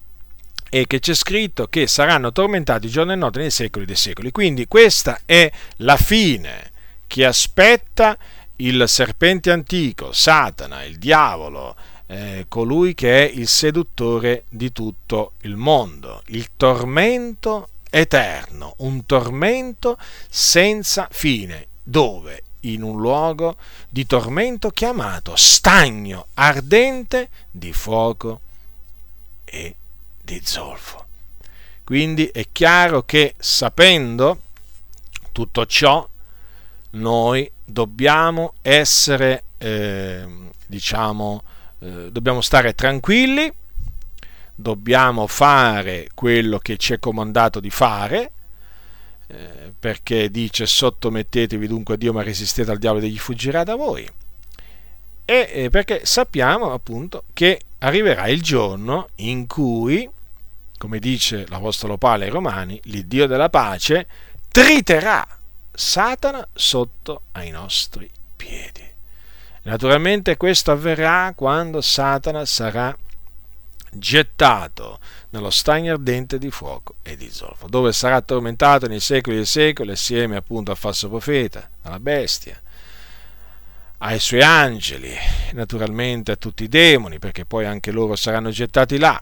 S1: e che c'è scritto che saranno tormentati giorno e notte nei secoli dei secoli. Quindi questa è la fine che aspetta il serpente antico, Satana, il diavolo, eh, colui che è il seduttore di tutto il mondo, il tormento eterno, un tormento senza fine, dove? In un luogo di tormento chiamato stagno ardente di fuoco e di zolfo. Quindi è chiaro che, sapendo tutto ciò, noi dobbiamo essere, eh, diciamo, eh, dobbiamo stare tranquilli, dobbiamo fare quello che ci è comandato di fare, eh, perché dice: sottomettetevi dunque a Dio, ma resistete al diavolo ed egli fuggirà da voi. E eh, perché sappiamo appunto che arriverà il giorno in cui, come dice l'Apostolo Paolo ai Romani, l'Iddio della pace triterà Satana sotto ai nostri piedi. Naturalmente questo avverrà quando Satana sarà gettato nello stagno ardente di fuoco e di zolfo, dove sarà tormentato nei secoli dei secoli assieme appunto al falso profeta, alla bestia, ai suoi angeli, naturalmente a tutti i demoni, perché poi anche loro saranno gettati là.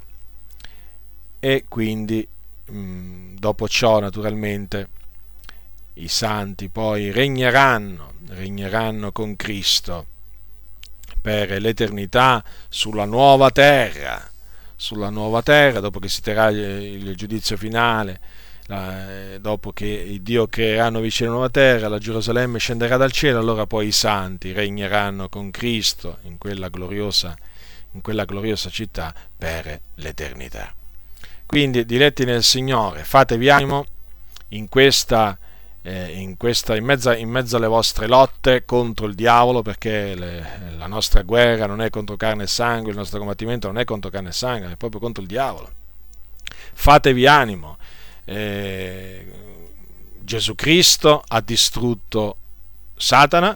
S1: E quindi mh, dopo ciò naturalmente i santi poi regneranno, regneranno con Cristo per l'eternità sulla nuova terra, sulla nuova terra, dopo che si terrà il giudizio finale, la, dopo che Dio creerà nuovi cieli e nuova terra, la Gerusalemme scenderà dal cielo, allora poi i santi regneranno con Cristo in quella gloriosa, in quella gloriosa città per l'eternità. Quindi, diletti nel Signore, fatevi animo in questa Eh, in, questa, in, mezzo, in mezzo alle vostre lotte contro il diavolo, perché le, la nostra guerra non è contro carne e sangue, il nostro combattimento non è contro carne e sangue, è proprio contro il diavolo. Fatevi animo, eh, Gesù Cristo ha distrutto Satana,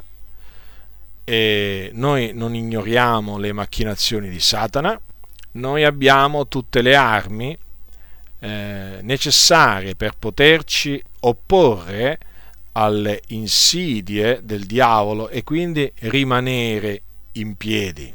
S1: e noi non ignoriamo le macchinazioni di Satana, noi abbiamo tutte le armi Eh, necessarie per poterci opporre alle insidie del diavolo e quindi rimanere in piedi.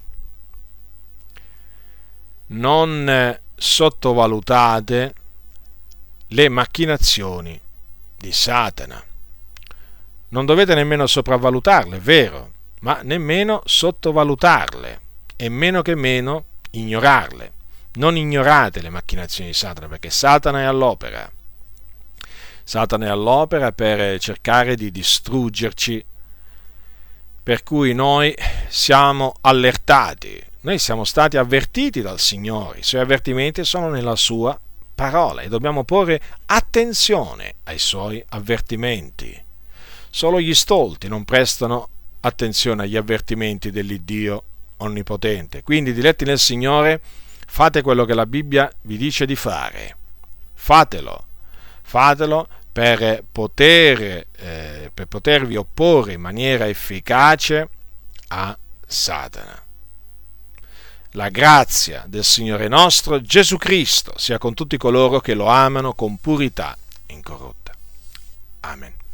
S1: Non sottovalutate le macchinazioni di Satana. Non dovete nemmeno sopravvalutarle, è vero, ma nemmeno sottovalutarle e meno che meno ignorarle. Non ignorate le macchinazioni di Satana, perché Satana è all'opera. Satana è all'opera per cercare di distruggerci, per cui noi siamo allertati, noi siamo stati avvertiti dal Signore, i suoi avvertimenti sono nella sua parola e dobbiamo porre attenzione ai suoi avvertimenti. Solo gli stolti non prestano attenzione agli avvertimenti dell'Iddio onnipotente. Quindi, diletti nel Signore, fate quello che la Bibbia vi dice di fare. Fatelo, fatelo per poter, eh, per potervi opporre in maniera efficace a Satana. La grazia del Signore nostro Gesù Cristo sia con tutti coloro che lo amano con purità incorrotta. Amen.